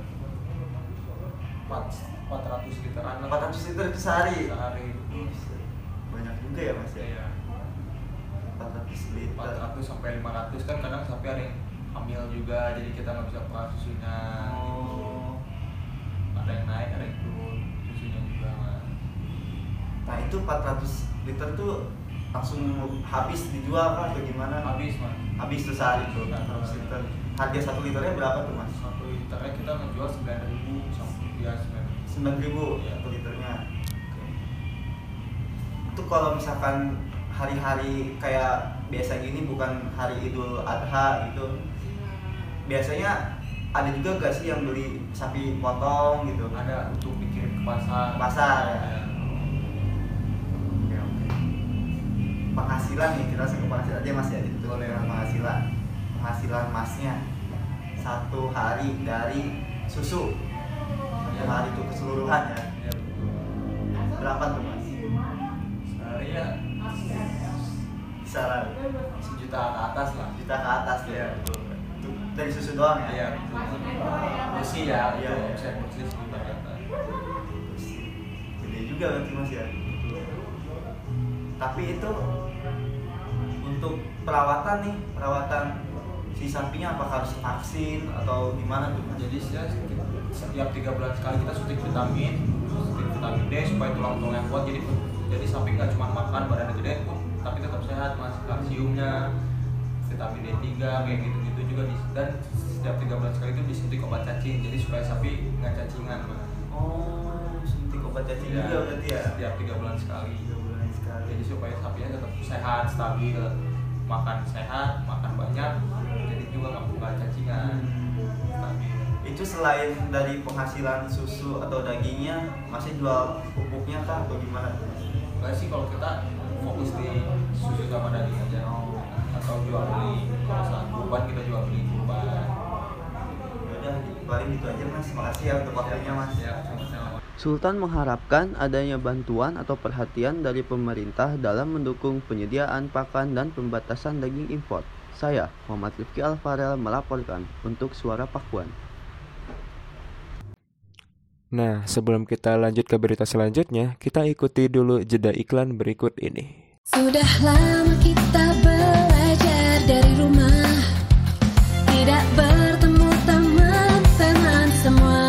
empat ratus literan. empat ratus liter itu sehari. Sehari. Banyak juga ya Mas ya. Iya. empat ratus liter. empat ratus sampai lima ratus kan kadang sapi ada yang hamil juga, jadi kita nggak bisa perah susunya. Oh. Gitu. Ada yang naik, ada yang turun susunya juga Mas. Nah itu empat ratus liter tuh langsung habis dijual kan atau gimana? Habis Mas. Habis tuh sehari tuh empat ratus liter. Harga satu liternya berapa tuh Mas? Satu liternya kita menjual sembilan ribu sampai ya sembilan ribu ya satu liternya. Itu kalau misalkan hari-hari kayak biasa gini, bukan hari Idul Adha gitu, biasanya ada juga gak sih yang beli sapi potong gitu? Ada, untuk dikirim ke pasar. Pasar ya. Oke, oke. Penghasilan nih, kita langsung ke penghasilan aja Mas ya. Itu penghasilan. Penghasilan Masnya satu hari dari susu. Satu hari itu keseluruhan ya. Ya. Berapa tuh Mas? Sehari ya kisaran sejuta ke atas lah. Juta ke atas ya. Betul. Itu dari susu doang ya? Iya, betul. Bersih ya, iya. Saya bersih sejuta ke atas. Gede juga berarti Mas ya. Tapi itu untuk perawatan nih, perawatan si sapinya apakah harus vaksin atau gimana tuh Mas? Jadi saya setiap tiga bulan sekali kita suntik vitamin, suntik vitamin D supaya tulang-tulangnya kuat. Jadi jadi sapi nggak cuma makan badannya gede, tapi tetap sehat Mas. Kalsiumnya, vitamin D tiga kayak gitu-gitu juga di, dan setiap tiga bulan sekali itu disuntik obat cacing. Jadi supaya sapi nggak cacingan Mas. Oh, suntik obat obat cacing ya, juga berarti ya? Setiap tiga bulan sekali. Tiga bulan sekali. Jadi supaya sapinya tetap sehat, stabil, makan sehat, makan banyak, jadi juga nggak nggak cacingan. Hmm. Stabil. Itu selain dari penghasilan susu atau dagingnya, masih jual pupuknya kah atau gimana? Enggak sih, kalau kita fokus di susu sama daging aja. Atau jual beli, kalau saat kurban kita jual beli kurban. Udah, paling gitu aja Mas. Makasih ya untuk waktunya Mas. Ya, sama-sama. Sultan mengharapkan adanya bantuan atau perhatian dari pemerintah dalam mendukung penyediaan pakan dan pembatasan daging impor. Saya, Muhammad Rifki Alfarel, melaporkan untuk Suara Pakuan. Nah, sebelum kita lanjut ke berita selanjutnya, kita ikuti dulu jeda iklan berikut ini. Sudah lama kita belajar dari rumah, tidak bertemu teman-teman semua.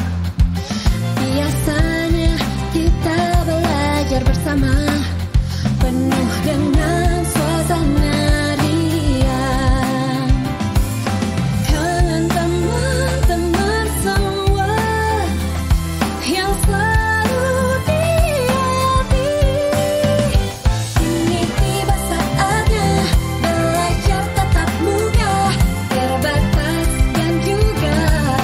Biasanya kita belajar bersama, penuh dengan suasana riang. Kangen teman-teman semua yang selalu di hati. Kini tiba saatnya belajar tatap muka, terbatas dan juga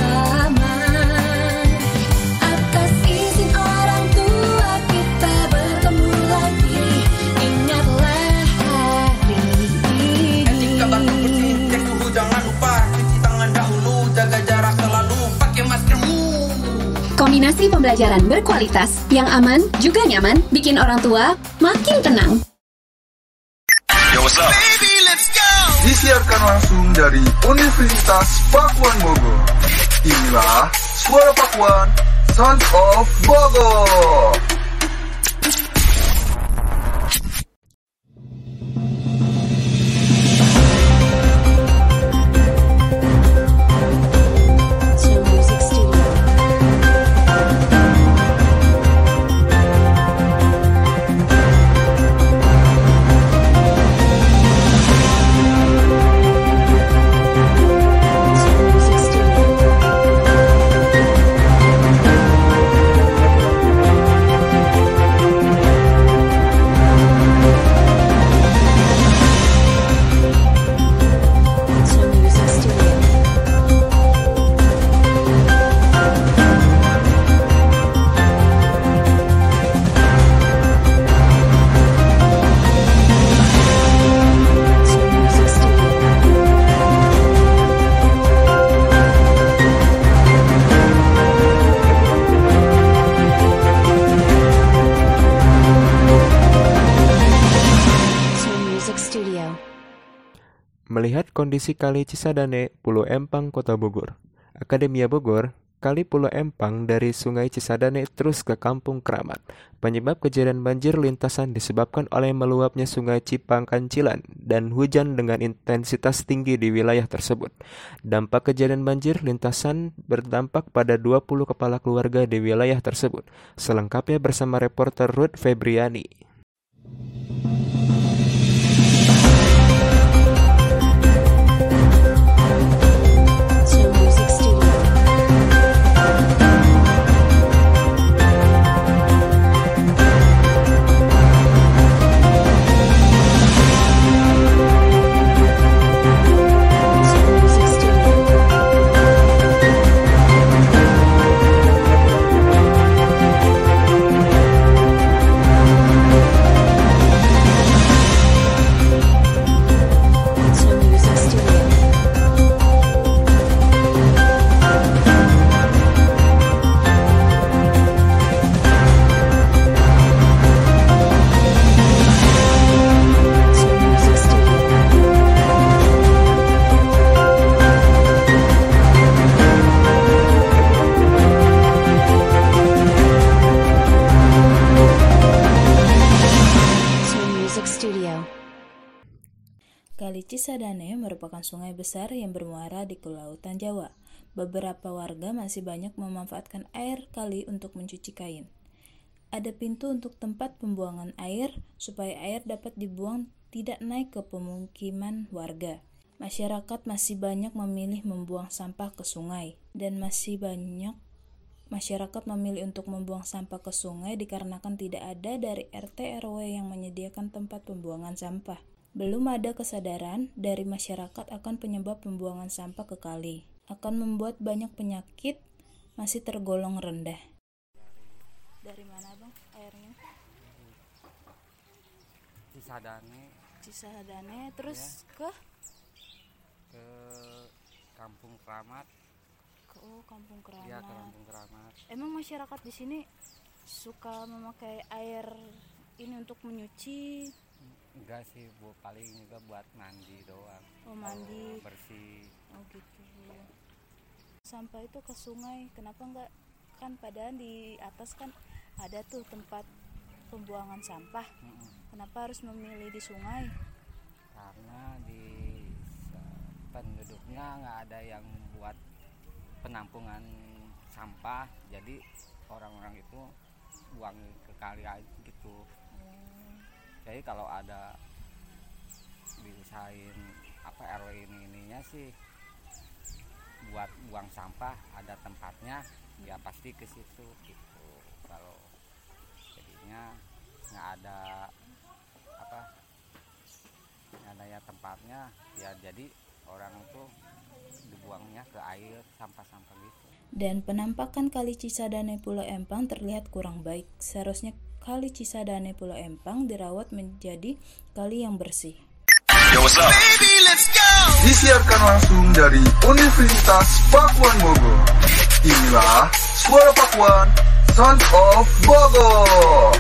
aman. Atas izin orang tua kita bertemu lagi, ingatlah hari ini. Etika batuk bersih, cek suhu jangan lupa, cuci tangan dahulu, jaga jarak selalu, pakai maskermu. Kombinasi pembelajaran berkualitas yang aman juga nyaman bikin orang tua makin tenang. Yo, what's up? Baby, let's go! Disiarkan langsung dari Universitas Pakuan Bogor. Inilah Suara Pakuan, Sons of Bogor. Melihat kondisi Kali Cisadane, Pulau Empang, Kota Bogor, Akademia Bogor, Kali Pulau Empang dari Sungai Cisadane terus ke Kampung Keramat. Penyebab kejadian banjir lintasan disebabkan oleh meluapnya Sungai Cipangkancilan dan hujan dengan intensitas tinggi di wilayah tersebut. Dampak kejadian banjir lintasan berdampak pada dua puluh kepala keluarga di wilayah tersebut. Selengkapnya bersama reporter Ruth Febriani. Kali Cisadane merupakan sungai besar yang bermuara di kelautan Jawa. Beberapa warga masih banyak memanfaatkan air kali untuk mencuci kain. Ada pintu untuk tempat pembuangan air supaya air dapat dibuang tidak naik ke pemukiman warga. Masyarakat masih banyak memilih membuang sampah ke sungai dan masih banyak Masyarakat memilih untuk membuang sampah ke sungai dikarenakan tidak ada dari R T R W yang menyediakan tempat pembuangan sampah. Belum ada kesadaran dari masyarakat akan penyebab pembuangan sampah ke kali. Akan membuat banyak penyakit masih tergolong rendah. Dari mana bang airnya? Cisadane. Cisadane terus ya. ke? Ke Kampung Keramat. Oh, Kampung Keramat. Iya, ke Kampung Keramat. Emang masyarakat di sini suka memakai air ini untuk menyuci? Enggak sih, Bu, paling juga buat mandi doang. Oh, mandi. Oh, bersih. Oh, gitu. Sampah itu ke sungai, kenapa enggak? Kan padahal di atas kan ada tuh tempat pembuangan sampah. Mm-mm. Kenapa harus memilih di sungai? Karena di penduduknya nggak ada yang buat penampungan sampah, jadi orang-orang itu buang ke kali aja gitu. Hmm. Jadi kalau ada diusahain apa R W ini ininya sih buat buang sampah ada tempatnya, hmm. ya pasti ke situ gitu. Kalau jadinya nggak ada apa nggak ada ya tempatnya, ya jadi orang itu dibuangnya ke air sampah-sampah gitu. Dan penampakan Kali Cisadane Pulau Empang terlihat kurang baik. Seharusnya Kali Cisadane Pulau Empang dirawat menjadi kali yang bersih. Yo, what's up? Baby, let's go! Disiarkan langsung dari Universitas Pakuan Bogor. Inilah Suara Pakuan, Sons of Bogor.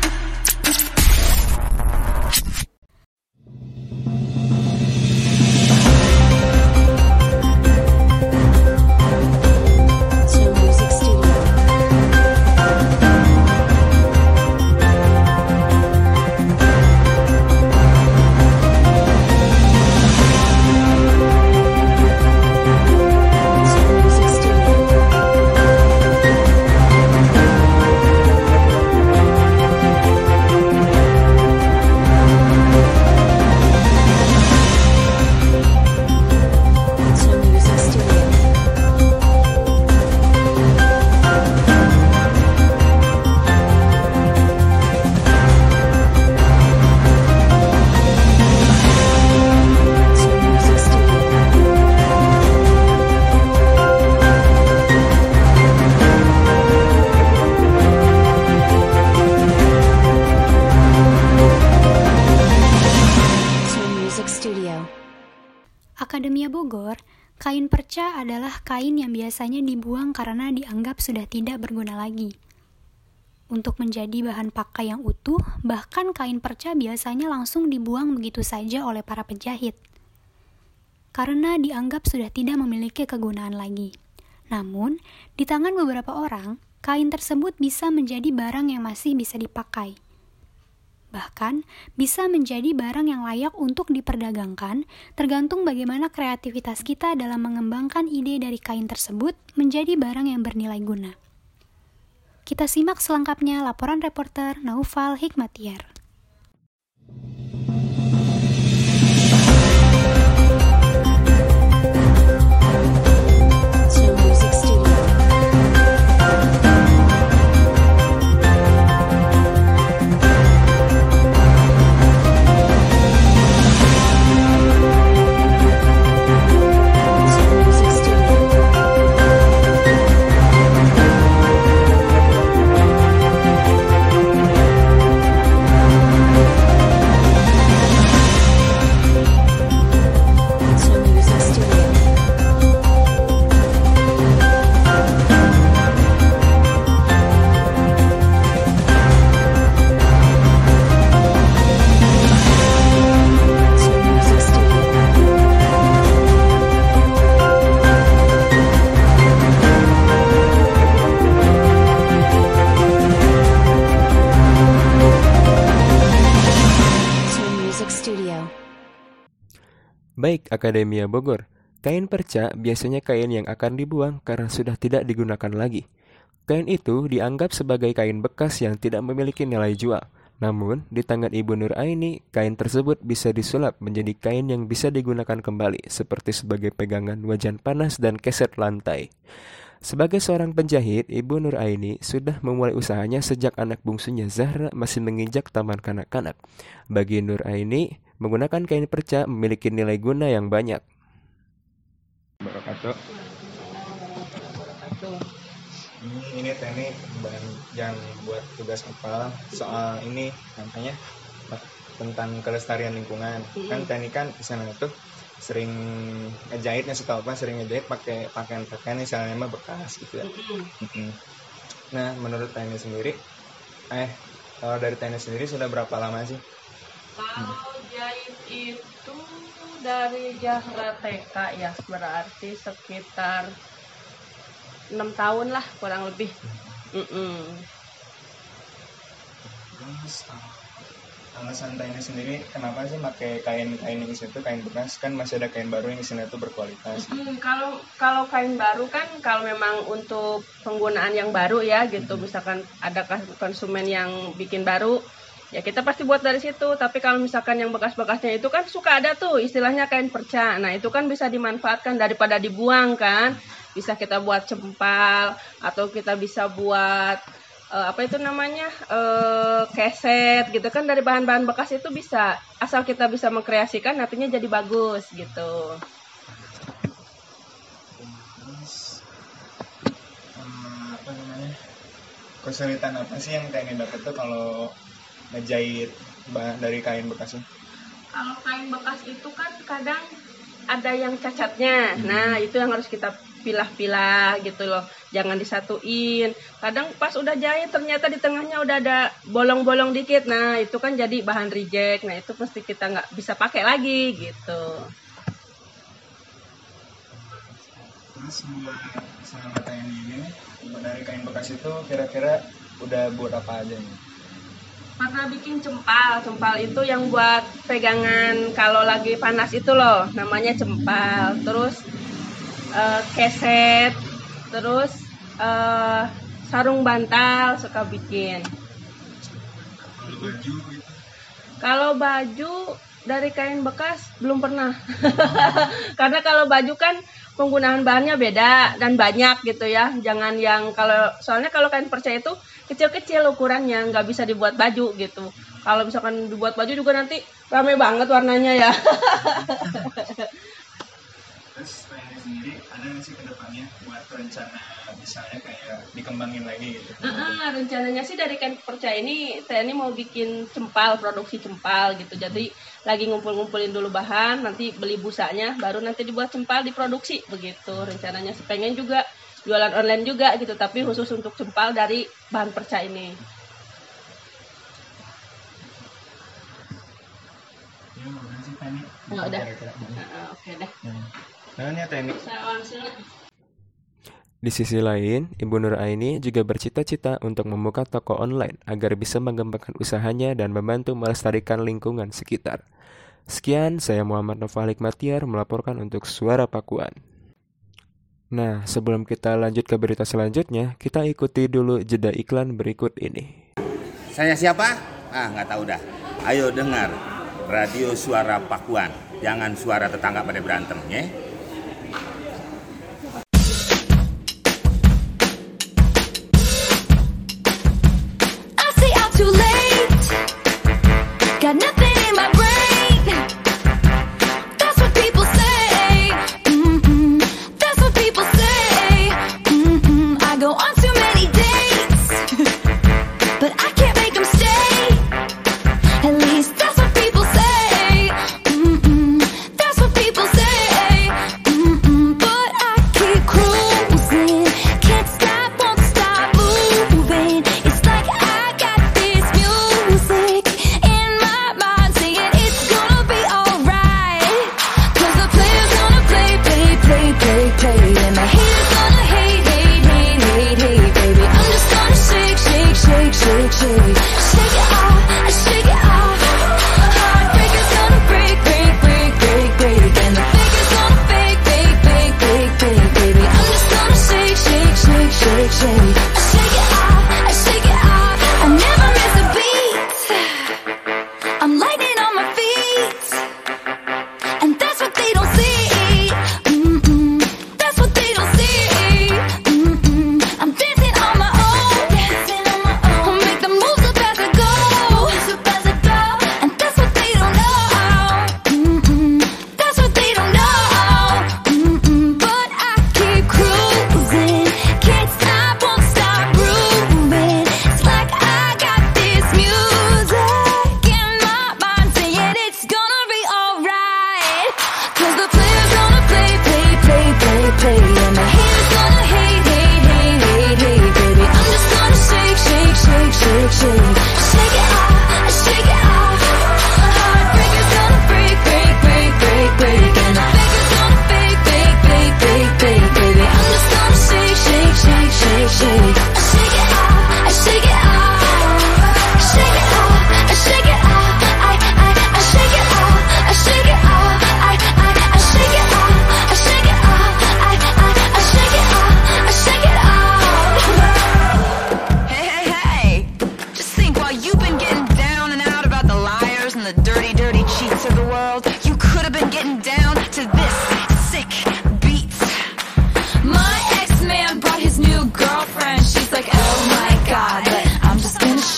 Akademia Bogor, kain perca adalah kain yang biasanya dibuang karena dianggap sudah tidak berguna lagi. Untuk menjadi bahan pakai yang utuh, bahkan kain perca biasanya langsung dibuang begitu saja oleh para penjahit. Karena dianggap sudah tidak memiliki kegunaan lagi. Namun, di tangan beberapa orang, kain tersebut bisa menjadi barang yang masih bisa dipakai. Bahkan, bisa menjadi barang yang layak untuk diperdagangkan, tergantung bagaimana kreativitas kita dalam mengembangkan ide dari kain tersebut menjadi barang yang bernilai guna. Kita simak selengkapnya laporan reporter Naufal Hikmatiar. Baik, Akademia Bogor. Kain perca biasanya kain yang akan dibuang karena sudah tidak digunakan lagi. Kain itu dianggap sebagai kain bekas yang tidak memiliki nilai jual. Namun, di tangan Ibu Nur Aini, kain tersebut bisa disulap menjadi kain yang bisa digunakan kembali, seperti sebagai pegangan wajan panas dan keset lantai. Sebagai seorang penjahit, Ibu Nur Aini sudah memulai usahanya sejak anak bungsunya Zahra masih menginjak taman kanak-kanak. Bagi Nur Aini, menggunakan kain perca memiliki nilai guna yang banyak. Barakatuh. Ini teknik yang buat tugas apa soal ini namanya tentang kelestarian lingkungan. Kan teknik kan di sana tuh sering ngejahitnya setahu apa sering ngejahit pakai pakaian-pakaian misalnya mah bekas gitu ya. Mm-hmm. Nah menurut Tani sendiri, eh kalau dari Tani sendiri sudah berapa lama sih? Kalau jahit itu dari Zahra T K ya, berarti sekitar enam tahun lah kurang lebih. Mm-mm. Terus alasan Tani sendiri kenapa sih pakai kain-kain yang isinya itu kain bekas, kan masih ada kain baru yang isinya itu berkualitas. Hmm, kalau kalau kain baru kan kalau memang untuk penggunaan yang baru ya gitu, misalkan ada konsumen yang bikin baru ya kita pasti buat dari situ. Tapi kalau misalkan yang bekas-bekasnya itu kan suka ada tuh istilahnya kain perca, nah itu kan bisa dimanfaatkan daripada dibuang kan, bisa kita buat cempal atau kita bisa buat Uh, apa itu namanya uh, keset gitu kan, dari bahan-bahan bekas itu bisa, asal kita bisa mengkreasikan nantinya jadi bagus gitu. Terus um, apa namanya kesulitan apa sih yang Tani dapat tuh kalau ngejahit bahan dari kain bekasnya? Kalau kain bekas itu kan kadang ada yang cacatnya, hmm. nah itu yang harus kita pilah-pilah gitu loh, jangan disatuin. Kadang pas udah jahit ternyata di tengahnya udah ada bolong-bolong dikit, nah itu kan jadi bahan reject, nah itu pasti kita nggak bisa pakai lagi gitu. Terus sama pertanyaan ini, dari kain bekas itu kira-kira udah buat apa aja nih? Pernah bikin cempal, cempal itu yang buat pegangan kalau lagi panas itu loh, namanya cempal. Terus uh, keset, terus uh, sarung bantal suka bikin. Kalau baju itu? Kalau baju dari kain bekas belum pernah. Karena kalau baju kan penggunaan bahannya beda dan banyak gitu ya. Jangan yang kalau soalnya kalau kain perca itu kecil-kecil ukurannya, nggak bisa dibuat baju gitu. Kalau misalkan dibuat baju juga nanti rame banget warnanya ya. Terus Tani sendiri ada nggak sih kedepannya buat rencana misalnya kayak dikembangin lagi gitu? Uh-uh, rencananya sih dari kain perca ini Tani mau bikin cempal, produksi cempal gitu. Jadi lagi ngumpul-ngumpulin dulu bahan, nanti beli busanya, baru nanti dibuat cempal, diproduksi begitu. Rencananya sih pengen juga jualan online juga gitu, tapi khusus untuk cempal dari bahan perca ini. Ya udah sih Tani. Nggak udah. Uh, Oke deh. Nah ya Tani. Di sisi lain, Ibu Nur Aini juga bercita-cita untuk membuka toko online agar bisa mengembangkan usahanya dan membantu melestarikan lingkungan sekitar. Sekian, saya Muhammad Nova Hikmatiar melaporkan untuk Suara Pakuan. Nah, sebelum kita lanjut ke berita selanjutnya, kita ikuti dulu jeda iklan berikut ini. Saya siapa? Ah, nggak tahu dah. Ayo dengar Radio Suara Pakuan. Jangan suara tetangga pada berantem, ya. I say I'm too late. Got nothing in my brain. That's what people say. Mm-mm. That's what people say. Mm-mm. I go on too many dates, but I can't make them stay. At least that's what people say. Mm-mm. That's what people say. Mm-mm. But I keep cruising. Can't stop, won't stop moving. It's like I got this music in my mind saying it's gonna be alright. Cause the player's gonna play, play, play, play, play. And the haters gonna hate, hate, hate, hate, hate, baby. I'm just gonna shake, shake, shake, shake, shake. Shake it off, shake it off. Heartbreaker's gonna break, break, break, break, break. And the faker's gonna fake, fake, fake, fake, fake, baby. I'm just gonna shake, shake, shake, shake, shake. Shake it off, shake it off. I never miss a beat. I'm lightning on my feet. And that's what they don't see. Mm-mm. That's what they don't see. Mm-mm.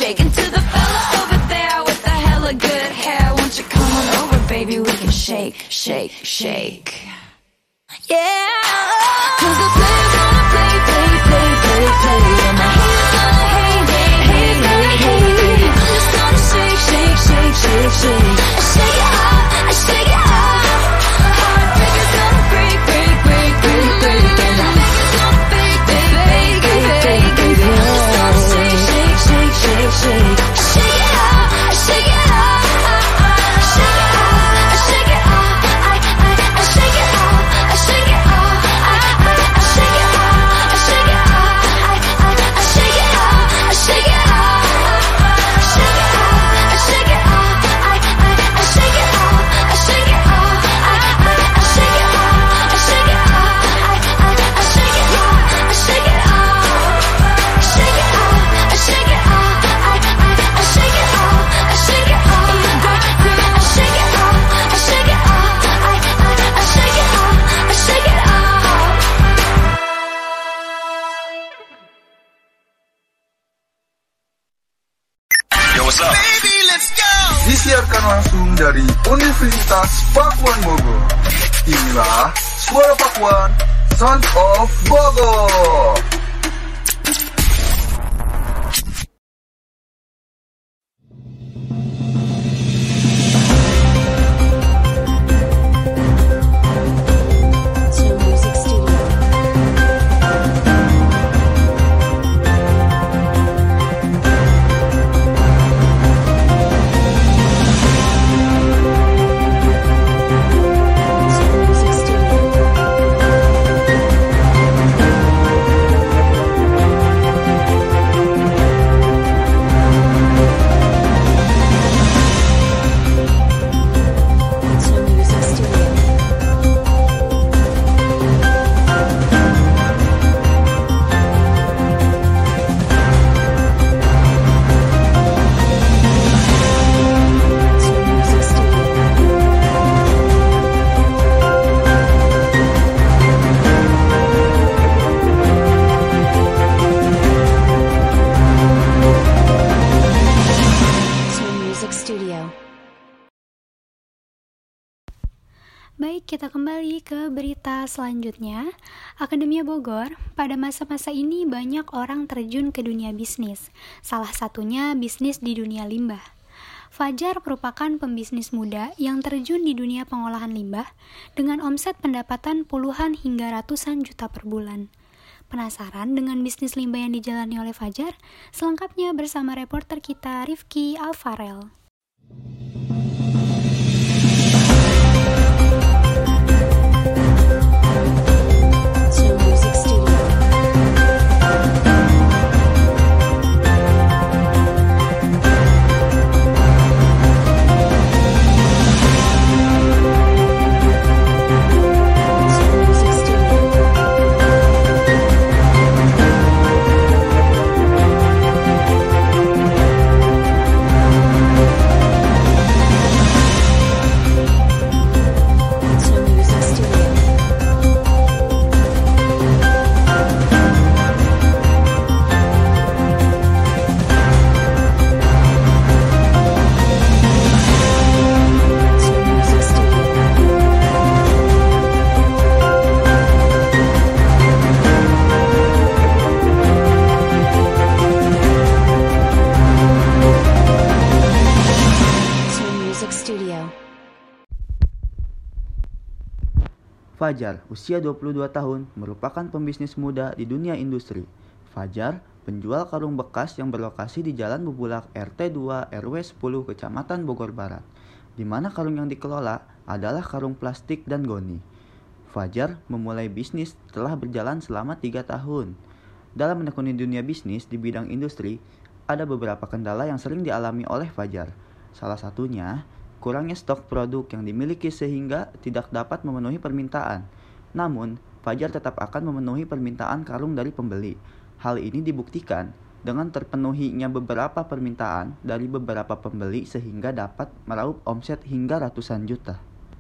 shake. And to the fella over there with the hella good hair, won't you come on over, baby, we can shake, shake, shake. Yeah, cause the players gonna play, play, play, play, play, and the haters gonna hate, hate, hate, hate, hate. I'm just gonna shake, shake, shake, shake, shake. I shake it off, I shake it off. Heartbreakers gonna break, break, break, break, break, and the fakers gonna fake, fake, fake, fake, fake, fake. I'm just gonna shake, shake, shake, shake, shake. I shake it off, I shake it off. I shake it off, I shake it off. I, I, I shake it off, I shake it off. I, I, I shake it off, I shake it off. I, I, I shake it off, I shake it off. Shake it off, I shake it off. I, I, I shake it off, I shake it off. I, I, I shake it off, I shake it off. I, I, I shake it off, I shake it off. Shake it off, I shake it off. I, I, I shake it off, I shake it off. I shake it off, I shake it off. I, I, I shake it off, I shake it off. Yo, what's up? Baby, let's go. Disiarkan langsung dari Universitas Pakuan Bogor. Inilah Suara Pakuan, Sound of Bogor. Baik, kita kembali ke berita selanjutnya. Akademia Bogor, pada masa-masa ini banyak orang terjun ke dunia bisnis. Salah satunya bisnis di dunia limbah. Fajar merupakan pembisnis muda yang terjun di dunia pengolahan limbah dengan omset pendapatan puluhan hingga ratusan juta per bulan. Penasaran dengan bisnis limbah yang dijalani oleh Fajar? Selengkapnya bersama reporter kita Rifki Alfarel. Fajar, usia dua puluh dua tahun, merupakan pembisnis muda di dunia industri. Fajar, penjual karung bekas yang berlokasi di Jalan Bubulak R T dua R W sepuluh Kecamatan Bogor Barat, di mana karung yang dikelola adalah karung plastik dan goni. Fajar memulai bisnis setelah berjalan selama tiga tahun. Dalam menekuni dunia bisnis di bidang industri, ada beberapa kendala yang sering dialami oleh Fajar. Salah satunya, kurangnya stok produk yang dimiliki sehingga tidak dapat memenuhi permintaan. Namun, Fajar tetap akan memenuhi permintaan karung dari pembeli. Hal ini dibuktikan dengan terpenuhinya beberapa permintaan dari beberapa pembeli sehingga dapat meraup omset hingga ratusan juta.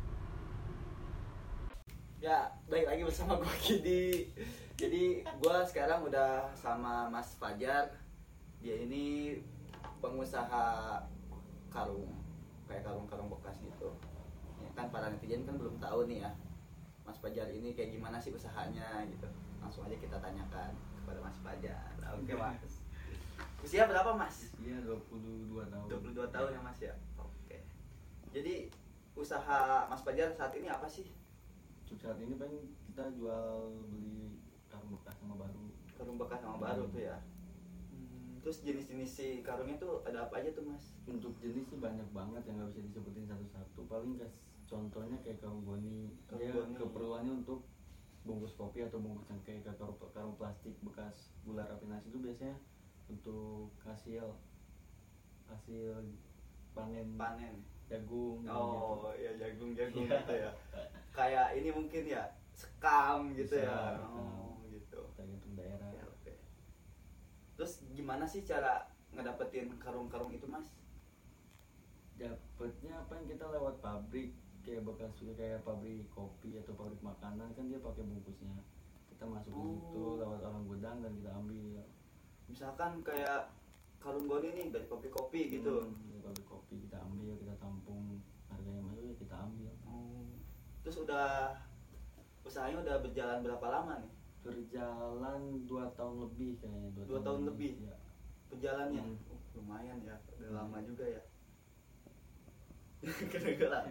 Ya, baik lagi bersama gue Kidi. Jadi gue sekarang udah sama Mas Fajar. Dia ini usaha karung kayak karung-karung bekas gitu. Ya kan para netizen kan belum tahu nih ya, Mas Fajar ini kayak gimana sih usahanya gitu. Langsung aja kita tanyakan kepada Mas Fajar. Oke Mas. Usia berapa Mas? Usia dua puluh dua tahun. dua puluh dua tahun ya Mas ya. Oke. Jadi usaha Mas Fajar saat ini apa sih? Untuk saat ini kan kita jual beli karung bekas sama baru. Karung bekas sama baru tuh ya. Hmm, terus jenis-jenis si karungnya tuh ada apa aja tuh Mas? Untuk jenis sih banyak banget yang nggak bisa disebutin satu-satu. Paling guys, contohnya kayak karung goni. Dia keperluannya untuk bungkus kopi atau bungkus cengkeh. Kayak karung, karung plastik bekas gula rafinasi itu biasanya untuk hasil hasil panen panen jagung. Oh gitu. Ya jagung jagung gitu ya. Kayak ini mungkin ya sekam gitu. Bisa, ya. Oh gitu. Tergantung daerah. Ya, oke. Terus gimana sih cara ngedapetin karung-karung itu Mas? Dapetnya apa yang kita lewat pabrik kayak bekas kayak pabrik kopi atau pabrik makanan kan dia pakai bungkusnya. Kita masukin oh. itu lewat orang gudang dan kita ambil. Misalkan kayak karung goni nih dari pabrik kopi gitu. Hmm, dari pabrik kopi kita ambil, kita tampung, harganya masuk ya kita ambil. Oh. Terus udah usahanya udah berjalan berapa lama nih? Berjalan dua tahun lebih kayaknya. Dua, dua tahun, tahun lebih. Ya. Berjalannya. Hmm. Oh, lumayan ya, udah hmm. lama juga ya. Kedengeran.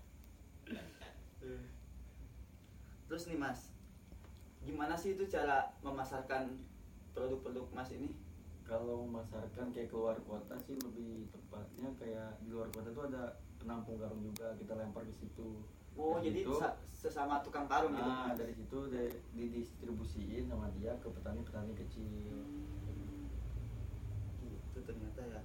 Terus nih Mas, gimana sih itu cara memasarkan produk-produk Mas ini? Kalau memasarkan kayak keluar kota sih lebih tepatnya kayak di luar kota tuh ada penampung karung juga, kita lempar ke situ. Oh dari jadi situ, sesama tukang karung gitu? Nah dari situ didistribusiin sama dia ke petani-petani kecil. Gitu ternyata ya.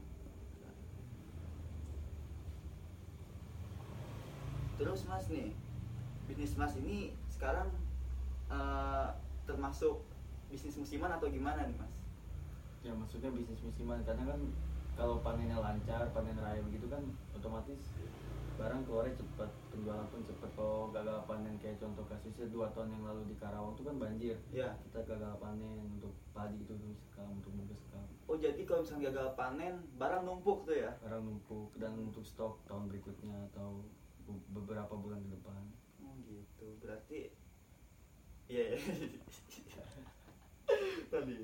Terus Mas nih, bisnis Mas ini sekarang uh, termasuk bisnis musiman atau gimana nih Mas? Ya maksudnya bisnis musiman karena kan kalau panennya lancar, panen raya begitu kan otomatis barang keluarnya cepat, penjualan pun cepat. Kalau gagal panen kayak contoh kasusnya dua tahun yang lalu di Karawang itu kan banjir. Ya. Kita gagal panen untuk padi itu sekam, untuk bungkus sekam. Oh jadi kalau misalnya gagal panen barang numpuk tuh ya? Barang numpuk dan untuk stok tahun berikutnya atau beberapa bulan ke depan. Oh gitu, berarti iya ya. Tadi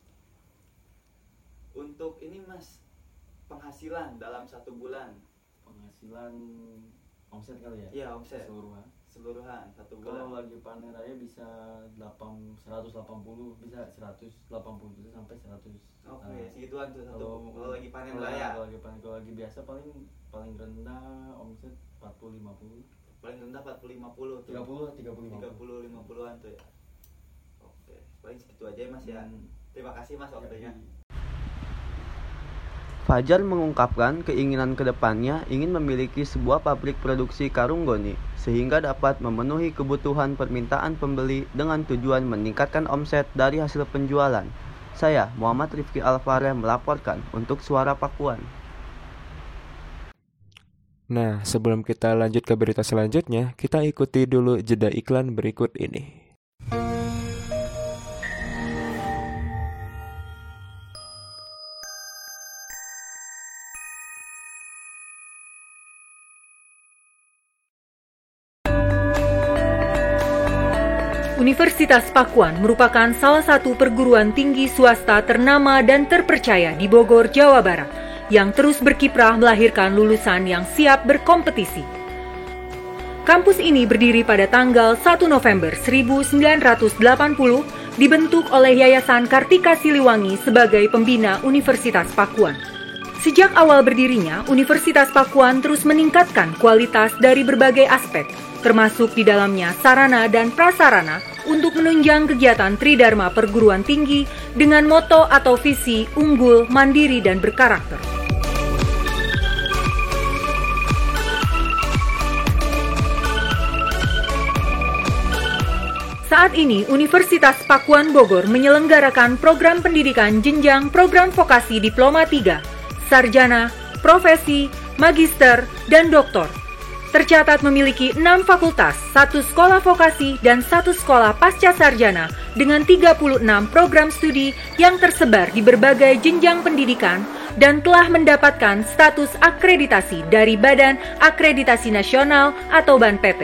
untuk ini Mas, penghasilan dalam satu bulan. Penghasilan omset kali ya? Iya omset. Keseluruhan. Keseluruhan satu bulan. Kalau lagi panen raya bisa seratus delapan puluh, bisa seratus delapan puluh sampai seratus. Oke, okay, nah, segituan tuh satu. Kalau, kalau lagi panen kalau, raya. Kalau lagi panen, kalau lagi biasa paling paling rendah omset empat puluh lima puluh. Paling rendah empat puluh lima puluh tuh. tiga puluh tiga puluh tiga puluh lima puluhan tuh ya. Oke, paling segitu aja ya Mas ya. Hmm. Terima kasih Mas waktunya. Fajar mengungkapkan keinginan kedepannya ingin memiliki sebuah pabrik produksi karung goni sehingga dapat memenuhi kebutuhan permintaan pembeli dengan tujuan meningkatkan omset dari hasil penjualan. Saya, Muhammad Rifki Alfare, melaporkan untuk Suara Pakuan. Nah, sebelum kita lanjut ke berita selanjutnya, kita ikuti dulu jeda iklan berikut ini. Universitas Pakuan merupakan salah satu perguruan tinggi swasta ternama dan terpercaya di Bogor, Jawa Barat, yang terus berkiprah melahirkan lulusan yang siap berkompetisi. Kampus ini berdiri pada tanggal satu November seribu sembilan ratus delapan puluh, dibentuk oleh Yayasan Kartika Siliwangi sebagai pembina Universitas Pakuan. Sejak awal berdirinya, Universitas Pakuan terus meningkatkan kualitas dari berbagai aspek, termasuk di dalamnya sarana dan prasarana untuk menunjang kegiatan Tridharma perguruan tinggi dengan moto atau visi unggul, mandiri, dan berkarakter. Saat ini, Universitas Pakuan Bogor menyelenggarakan program pendidikan jenjang program vokasi Diploma tiga, Sarjana, Profesi, Magister, dan Doktor. Tercatat memiliki enam fakultas, satu sekolah vokasi, dan satu sekolah pasca sarjana dengan tiga puluh enam program studi yang tersebar di berbagai jenjang pendidikan, dan telah mendapatkan status akreditasi dari Badan Akreditasi Nasional atau B A N P T.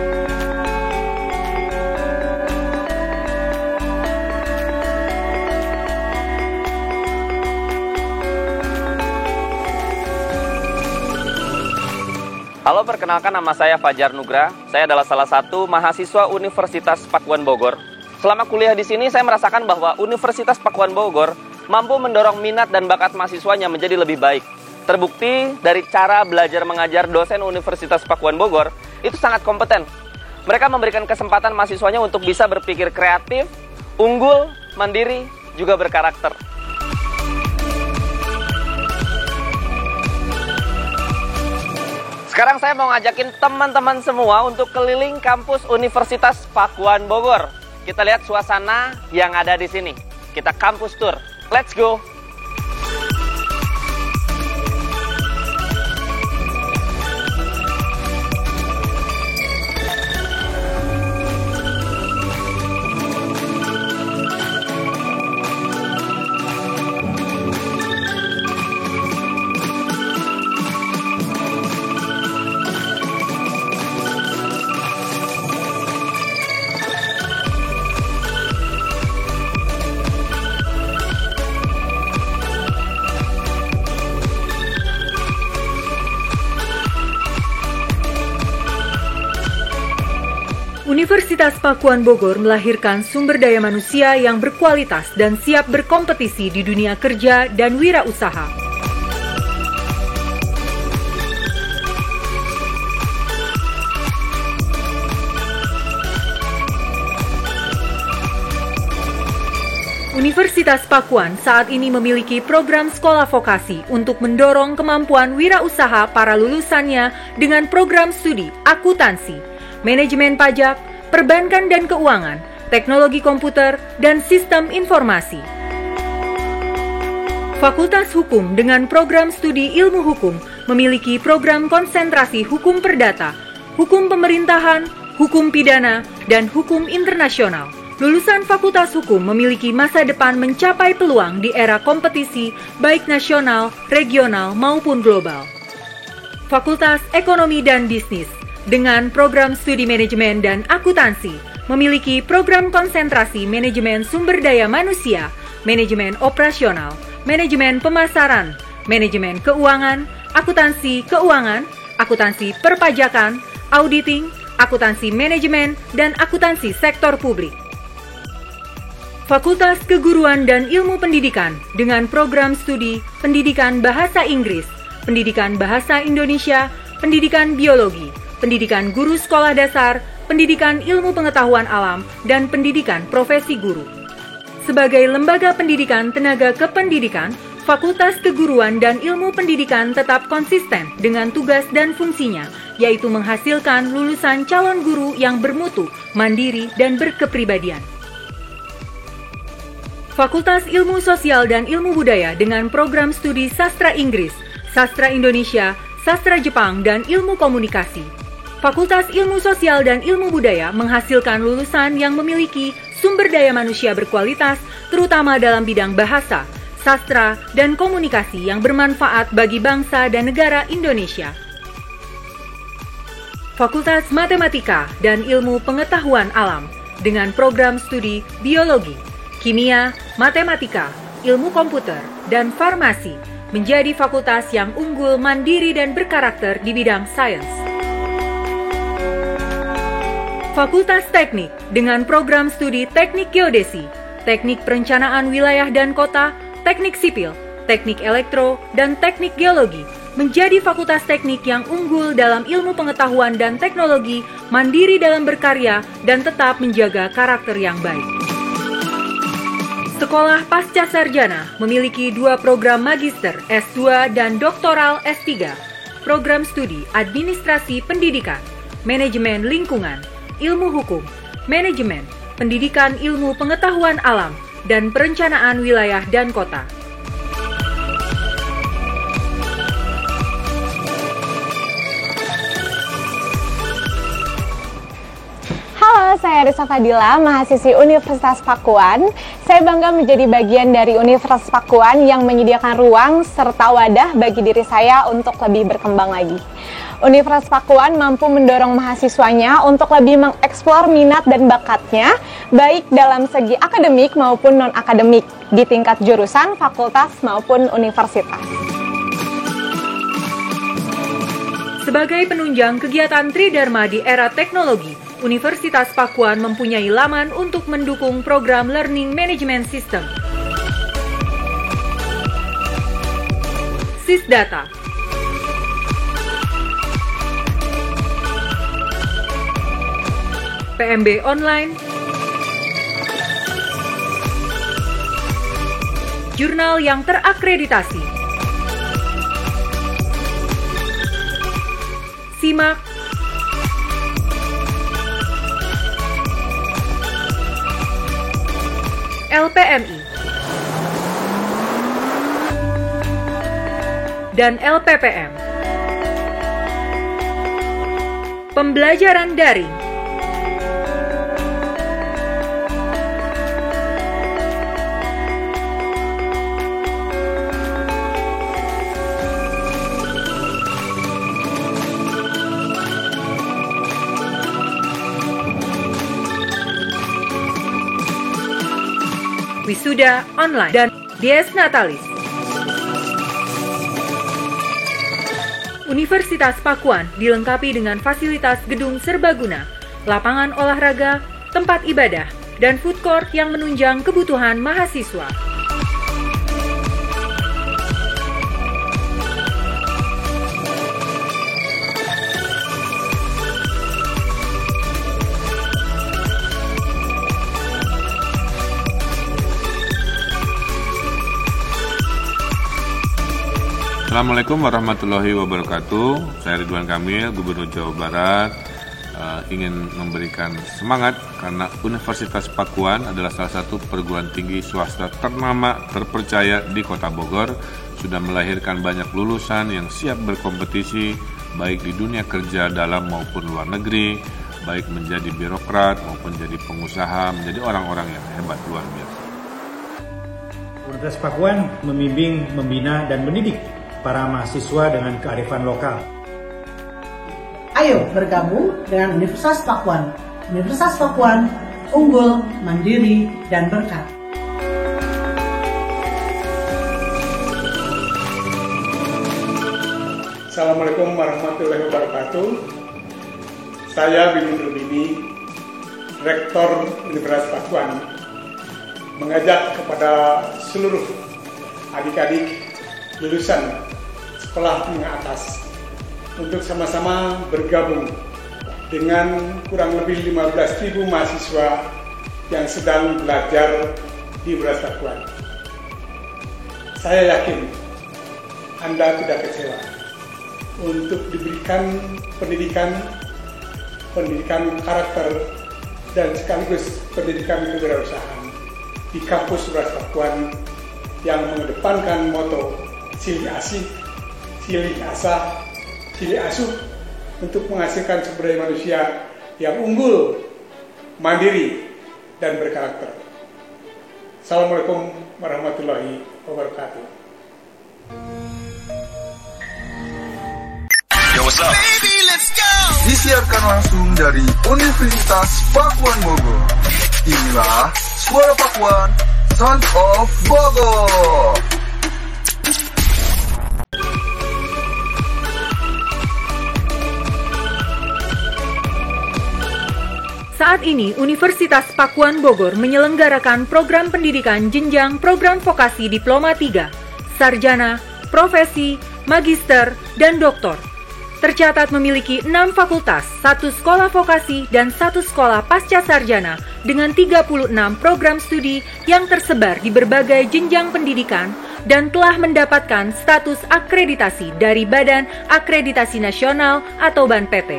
Halo, perkenalkan nama saya Fajar Nugra. Saya adalah salah satu mahasiswa Universitas Pakuan Bogor. Selama kuliah di sini, saya merasakan bahwa Universitas Pakuan Bogor mampu mendorong minat dan bakat mahasiswanya menjadi lebih baik. Terbukti dari cara belajar mengajar dosen Universitas Pakuan Bogor itu sangat kompeten. Mereka memberikan kesempatan mahasiswanya untuk bisa berpikir kreatif, unggul, mandiri, juga berkarakter. Sekarang saya mau ngajakin teman-teman semua untuk keliling kampus Universitas Pakuan Bogor. Kita lihat suasana yang ada di sini. Kita kampus tour. Let's go! Universitas Pakuan Bogor melahirkan sumber daya manusia yang berkualitas dan siap berkompetisi di dunia kerja dan wirausaha. Universitas Pakuan saat ini memiliki program sekolah vokasi untuk mendorong kemampuan wirausaha para lulusannya dengan program studi akuntansi, manajemen pajak, perbankan dan keuangan, teknologi komputer, dan sistem informasi. Fakultas Hukum dengan program studi ilmu hukum memiliki program konsentrasi hukum perdata, hukum pemerintahan, hukum pidana, dan hukum internasional. Lulusan Fakultas Hukum memiliki masa depan mencapai peluang di era kompetisi baik nasional, regional, maupun global. Fakultas Ekonomi dan Bisnis dengan program studi manajemen dan akuntansi memiliki program konsentrasi manajemen sumber daya manusia, manajemen operasional, manajemen pemasaran, manajemen keuangan, akuntansi keuangan, akuntansi perpajakan, auditing, akuntansi manajemen, dan akuntansi sektor publik. Fakultas Keguruan dan Ilmu Pendidikan dengan program studi Pendidikan Bahasa Inggris, Pendidikan Bahasa Indonesia, Pendidikan Biologi, Pendidikan Guru Sekolah Dasar, Pendidikan Ilmu Pengetahuan Alam, dan Pendidikan Profesi Guru. Sebagai lembaga pendidikan tenaga kependidikan, Fakultas Keguruan dan Ilmu Pendidikan tetap konsisten dengan tugas dan fungsinya, yaitu menghasilkan lulusan calon guru yang bermutu, mandiri, dan berkepribadian. Fakultas Ilmu Sosial dan Ilmu Budaya dengan program studi Sastra Inggris, Sastra Indonesia, Sastra Jepang, dan Ilmu Komunikasi. Fakultas Ilmu Sosial dan Ilmu Budaya menghasilkan lulusan yang memiliki sumber daya manusia berkualitas, terutama dalam bidang bahasa, sastra, dan komunikasi yang bermanfaat bagi bangsa dan negara Indonesia. Fakultas Matematika dan Ilmu Pengetahuan Alam dengan program studi Biologi, Kimia, Matematika, Ilmu Komputer, dan Farmasi menjadi fakultas yang unggul, mandiri, dan berkarakter di bidang sains. Fakultas Teknik dengan program studi Teknik Geodesi, Teknik Perencanaan Wilayah dan Kota, Teknik Sipil, Teknik Elektro, dan Teknik Geologi menjadi fakultas teknik yang unggul dalam ilmu pengetahuan dan teknologi, mandiri dalam berkarya, dan tetap menjaga karakter yang baik. Sekolah Pasca Sarjana memiliki dua program magister S dua dan doktoral S tiga, program studi Administrasi Pendidikan, Manajemen Lingkungan, Ilmu Hukum, Manajemen, Pendidikan Ilmu Pengetahuan Alam, dan Perencanaan Wilayah dan Kota. Halo, saya Arisa Fadila, mahasiswi Universitas Pakuan. Saya bangga menjadi bagian dari Universitas Pakuan yang menyediakan ruang serta wadah bagi diri saya untuk lebih berkembang lagi. Universitas Pakuan mampu mendorong mahasiswanya untuk lebih mengeksplor minat dan bakatnya, baik dalam segi akademik maupun non-akademik, di tingkat jurusan, fakultas, maupun universitas. Sebagai penunjang kegiatan Tridharma di era teknologi, Universitas Pakuan mempunyai laman untuk mendukung program Learning Management System. Sysdata. P M B Online. Jurnal yang terakreditasi. Simak. L P M I dan L P P M. Pembelajaran daring. Wisuda online dan Dies Natalis. Universitas Pakuan dilengkapi dengan fasilitas gedung serbaguna, lapangan olahraga, tempat ibadah, dan food court yang menunjang kebutuhan mahasiswa. Assalamualaikum warahmatullahi wabarakatuh. Saya Ridwan Kamil, Gubernur Jawa Barat, uh, ingin memberikan semangat karena Universitas Pakuan adalah salah satu perguruan tinggi swasta ternama terpercaya di Kota Bogor, sudah melahirkan banyak lulusan yang siap berkompetisi baik di dunia kerja dalam maupun luar negeri, baik menjadi birokrat maupun jadi pengusaha, menjadi orang-orang yang hebat luar biasa. Universitas Pakuan membimbing, membina, dan mendidik para mahasiswa dengan kearifan lokal. Ayo bergabung dengan Universitas Pakuan. Universitas Pakuan unggul, mandiri, dan berkat. Assalamualaikum warahmatullahi wabarakatuh. Saya Bimin Rubini, Rektor Universitas Pakuan, mengajak kepada seluruh adik-adik lulusan sekolah menengah atas untuk sama-sama bergabung dengan kurang lebih lima belas ribu mahasiswa yang sedang belajar di Universitas Pakuan. Saya yakin Anda tidak kecewa untuk diberikan pendidikan pendidikan karakter dan sekaligus pendidikan kewirausahaan di kampus Universitas Pakuan yang mengedepankan moto silih asih, silih asah, silih asuh untuk menghasilkan sumber daya manusia yang unggul, mandiri, dan berkarakter. Assalamualaikum warahmatullahi wabarakatuh. Yo, what's up? Baby, let's go! Disiarkan langsung dari Universitas Pakuan Bogor. Inilah Suara Pakuan, Sound of Bogor. Saat ini, Universitas Pakuan Bogor menyelenggarakan program pendidikan jenjang program vokasi Diploma tiga, Sarjana, Profesi, Magister, dan Doktor. Tercatat memiliki enam fakultas, satu sekolah vokasi, dan satu sekolah pasca sarjana dengan tiga puluh enam program studi yang tersebar di berbagai jenjang pendidikan dan telah mendapatkan status akreditasi dari Badan Akreditasi Nasional atau B A N P T.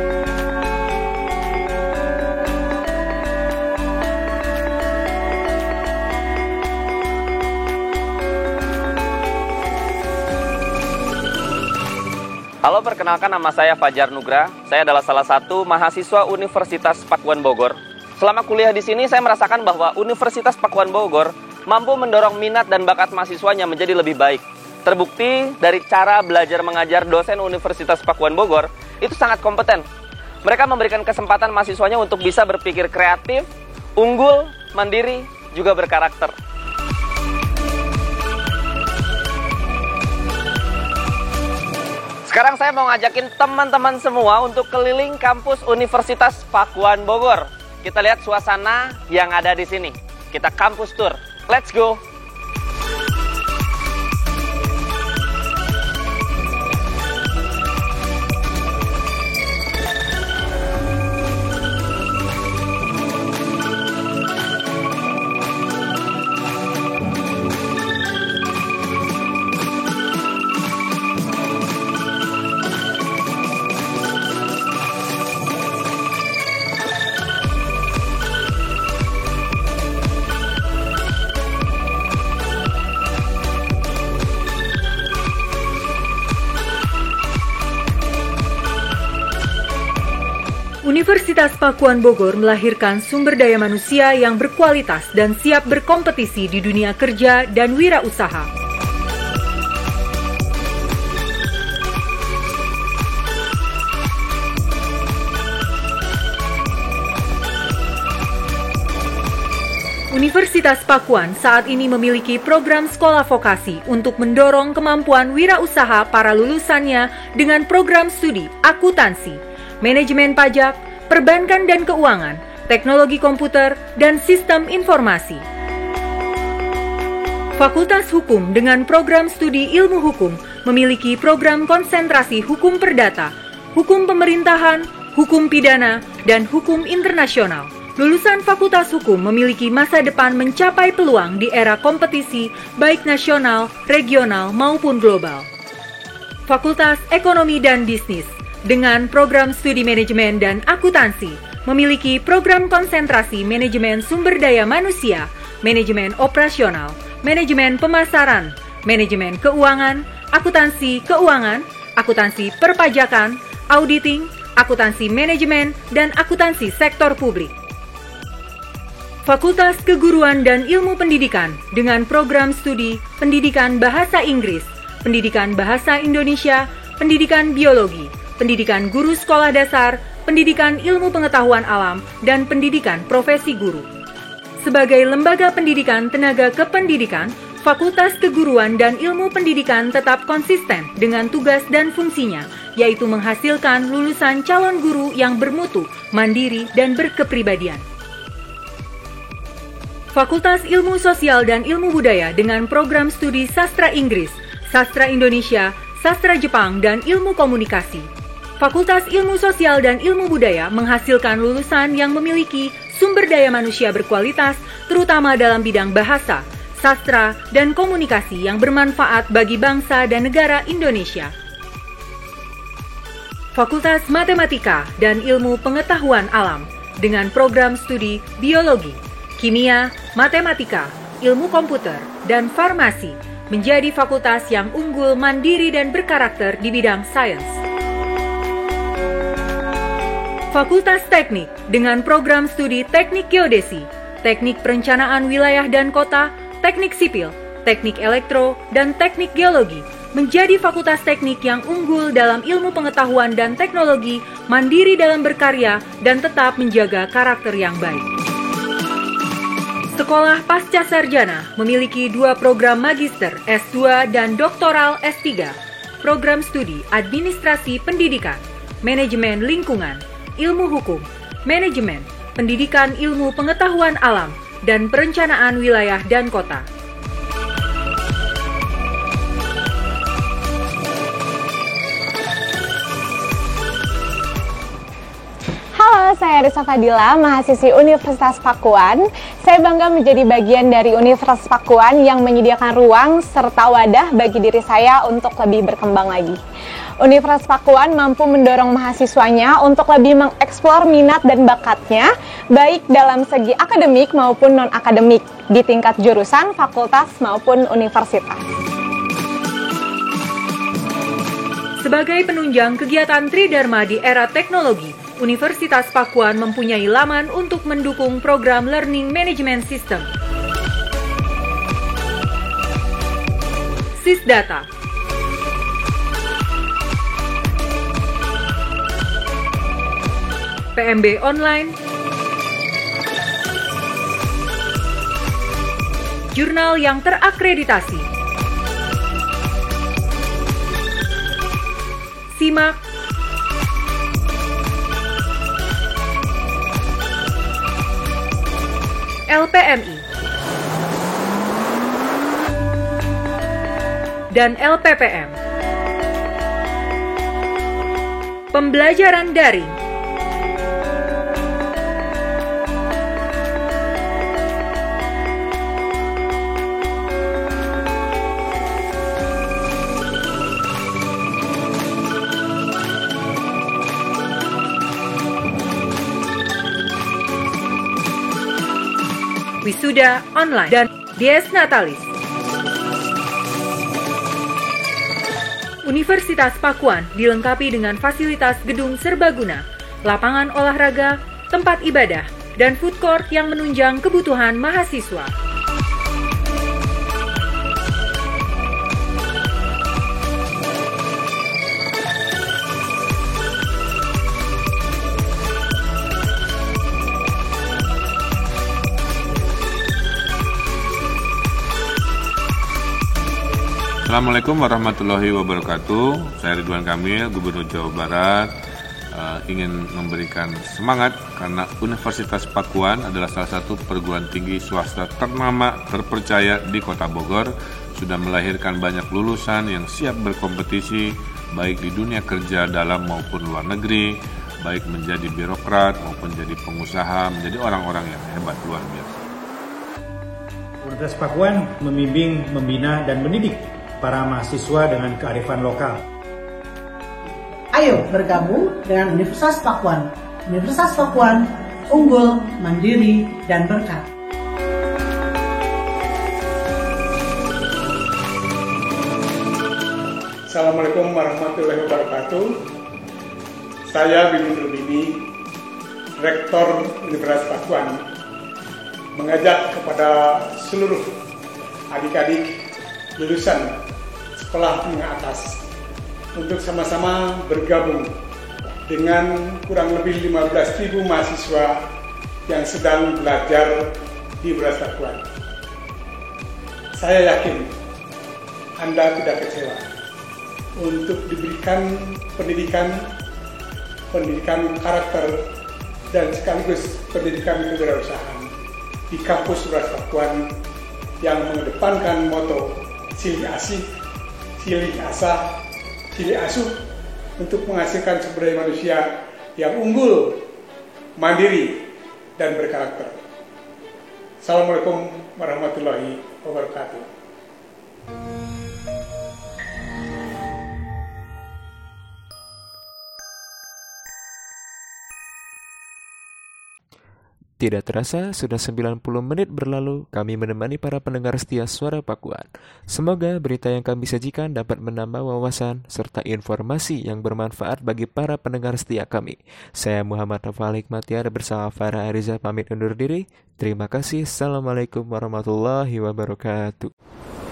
Halo, perkenalkan nama saya Fajar Nugra. Saya adalah salah satu mahasiswa Universitas Pakuan Bogor. Selama kuliah di sini, saya merasakan bahwa Universitas Pakuan Bogor mampu mendorong minat dan bakat mahasiswanya menjadi lebih baik. Terbukti dari cara belajar mengajar dosen Universitas Pakuan Bogor itu sangat kompeten. Mereka memberikan kesempatan mahasiswanya untuk bisa berpikir kreatif, unggul, mandiri, juga berkarakter. Sekarang saya mau ngajakin teman-teman semua untuk keliling kampus Universitas Pakuan Bogor. Kita lihat suasana yang ada di sini. Kita kampus tour. Let's go! Universitas Pakuan Bogor melahirkan sumber daya manusia yang berkualitas dan siap berkompetisi di dunia kerja dan wirausaha. Universitas Pakuan saat ini memiliki program sekolah vokasi untuk mendorong kemampuan wirausaha para lulusannya dengan program studi akuntansi, manajemen pajak, perbankan dan keuangan, teknologi komputer, dan sistem informasi. Fakultas Hukum dengan program studi ilmu hukum memiliki program konsentrasi hukum perdata, hukum pemerintahan, hukum pidana, dan hukum internasional. Lulusan Fakultas Hukum memiliki masa depan mencapai peluang di era kompetisi baik nasional, regional, maupun global. Fakultas Ekonomi dan Bisnis dengan program studi manajemen dan akuntansi, memiliki program konsentrasi manajemen sumber daya manusia, manajemen operasional, manajemen pemasaran, manajemen keuangan, akuntansi keuangan, akuntansi perpajakan, auditing, akuntansi manajemen, dan akuntansi sektor publik. Fakultas Keguruan dan Ilmu Pendidikan dengan program studi pendidikan bahasa Inggris, pendidikan bahasa Indonesia, pendidikan biologi, pendidikan guru sekolah dasar, pendidikan ilmu pengetahuan alam, dan pendidikan profesi guru. Sebagai lembaga pendidikan tenaga kependidikan, Fakultas Keguruan dan Ilmu Pendidikan tetap konsisten dengan tugas dan fungsinya, yaitu menghasilkan lulusan calon guru yang bermutu, mandiri, dan berkepribadian. Fakultas Ilmu Sosial dan Ilmu Budaya dengan program studi sastra Inggris, sastra Indonesia, sastra Jepang, dan ilmu komunikasi. Fakultas Ilmu Sosial dan Ilmu Budaya menghasilkan lulusan yang memiliki sumber daya manusia berkualitas, terutama dalam bidang bahasa, sastra, dan komunikasi yang bermanfaat bagi bangsa dan negara Indonesia. Fakultas Matematika dan Ilmu Pengetahuan Alam dengan program studi biologi, kimia, matematika, ilmu komputer, dan farmasi menjadi fakultas yang unggul, mandiri, dan berkarakter di bidang sains. Fakultas Teknik dengan program studi Teknik Geodesi, Teknik Perencanaan Wilayah dan Kota, Teknik Sipil, Teknik Elektro, dan Teknik Geologi menjadi fakultas teknik yang unggul dalam ilmu pengetahuan dan teknologi, mandiri dalam berkarya, dan tetap menjaga karakter yang baik. Sekolah Pasca Sarjana memiliki dua program magister S dua dan doktoral S tiga, program studi Administrasi Pendidikan, Manajemen Lingkungan, Ilmu Hukum, Manajemen, Pendidikan Ilmu Pengetahuan Alam, dan Perencanaan Wilayah dan Kota. Halo, saya Risa Fadila, mahasiswi Universitas Pakuan. Saya bangga menjadi bagian dari Universitas Pakuan yang menyediakan ruang serta wadah bagi diri saya untuk lebih berkembang lagi. Universitas Pakuan mampu mendorong mahasiswanya untuk lebih mengeksplor minat dan bakatnya, baik dalam segi akademik maupun non-akademik, di tingkat jurusan, fakultas, maupun universitas. Sebagai penunjang kegiatan Tridharma di era teknologi, Universitas Pakuan mempunyai laman untuk mendukung program Learning Management System. Sisdata. P M B Online. Jurnal yang terakreditasi. Simak. L P M I. Dan L P P M. Pembelajaran daring. Wisuda online dan Dies Natalis. Universitas Pakuan dilengkapi dengan fasilitas gedung serbaguna, lapangan olahraga, tempat ibadah, dan food court yang menunjang kebutuhan mahasiswa. Assalamualaikum warahmatullahi wabarakatuh. Saya Ridwan Kamil, Gubernur Jawa Barat, uh, ingin memberikan semangat karena Universitas Pakuan adalah salah satu perguruan tinggi swasta ternama terpercaya di Kota Bogor, sudah melahirkan banyak lulusan yang siap berkompetisi baik di dunia kerja dalam maupun luar negeri, baik menjadi birokrat maupun jadi pengusaha, menjadi orang-orang yang hebat luar biasa. Universitas Pakuan membimbing, membina, dan mendidik para mahasiswa dengan kearifan lokal. Ayo bergabung dengan Universitas Pakuan. Universitas Pakuan, unggul, mandiri, dan berkat. Assalamualaikum warahmatullahi wabarakatuh. Saya Bimbing Rubini, Rektor Universitas Pakuan, mengajak kepada seluruh adik-adik lulusan sekolah menengah atas untuk sama-sama bergabung dengan kurang lebih lima belas ribu mahasiswa yang sedang belajar di Universitas Pakuan. Saya yakin Anda tidak kecewa untuk diberikan pendidikan pendidikan karakter dan sekaligus pendidikan kewirausahaan di kampus Universitas Pakuan yang mengedepankan moto Silih asih, silih asah, silih asuh untuk menghasilkan sumber daya manusia yang unggul, mandiri, dan berkarakter. Assalamualaikum warahmatullahi wabarakatuh. Tidak terasa, sudah sembilan puluh menit berlalu, kami menemani para pendengar setia Suara Pakuan. Semoga berita yang kami sajikan dapat menambah wawasan serta informasi yang bermanfaat bagi para pendengar setia kami. Saya Muhammad Nofal Hikmatiar bersama Farah Ariza pamit undur diri. Terima kasih. Assalamualaikum warahmatullahi wabarakatuh.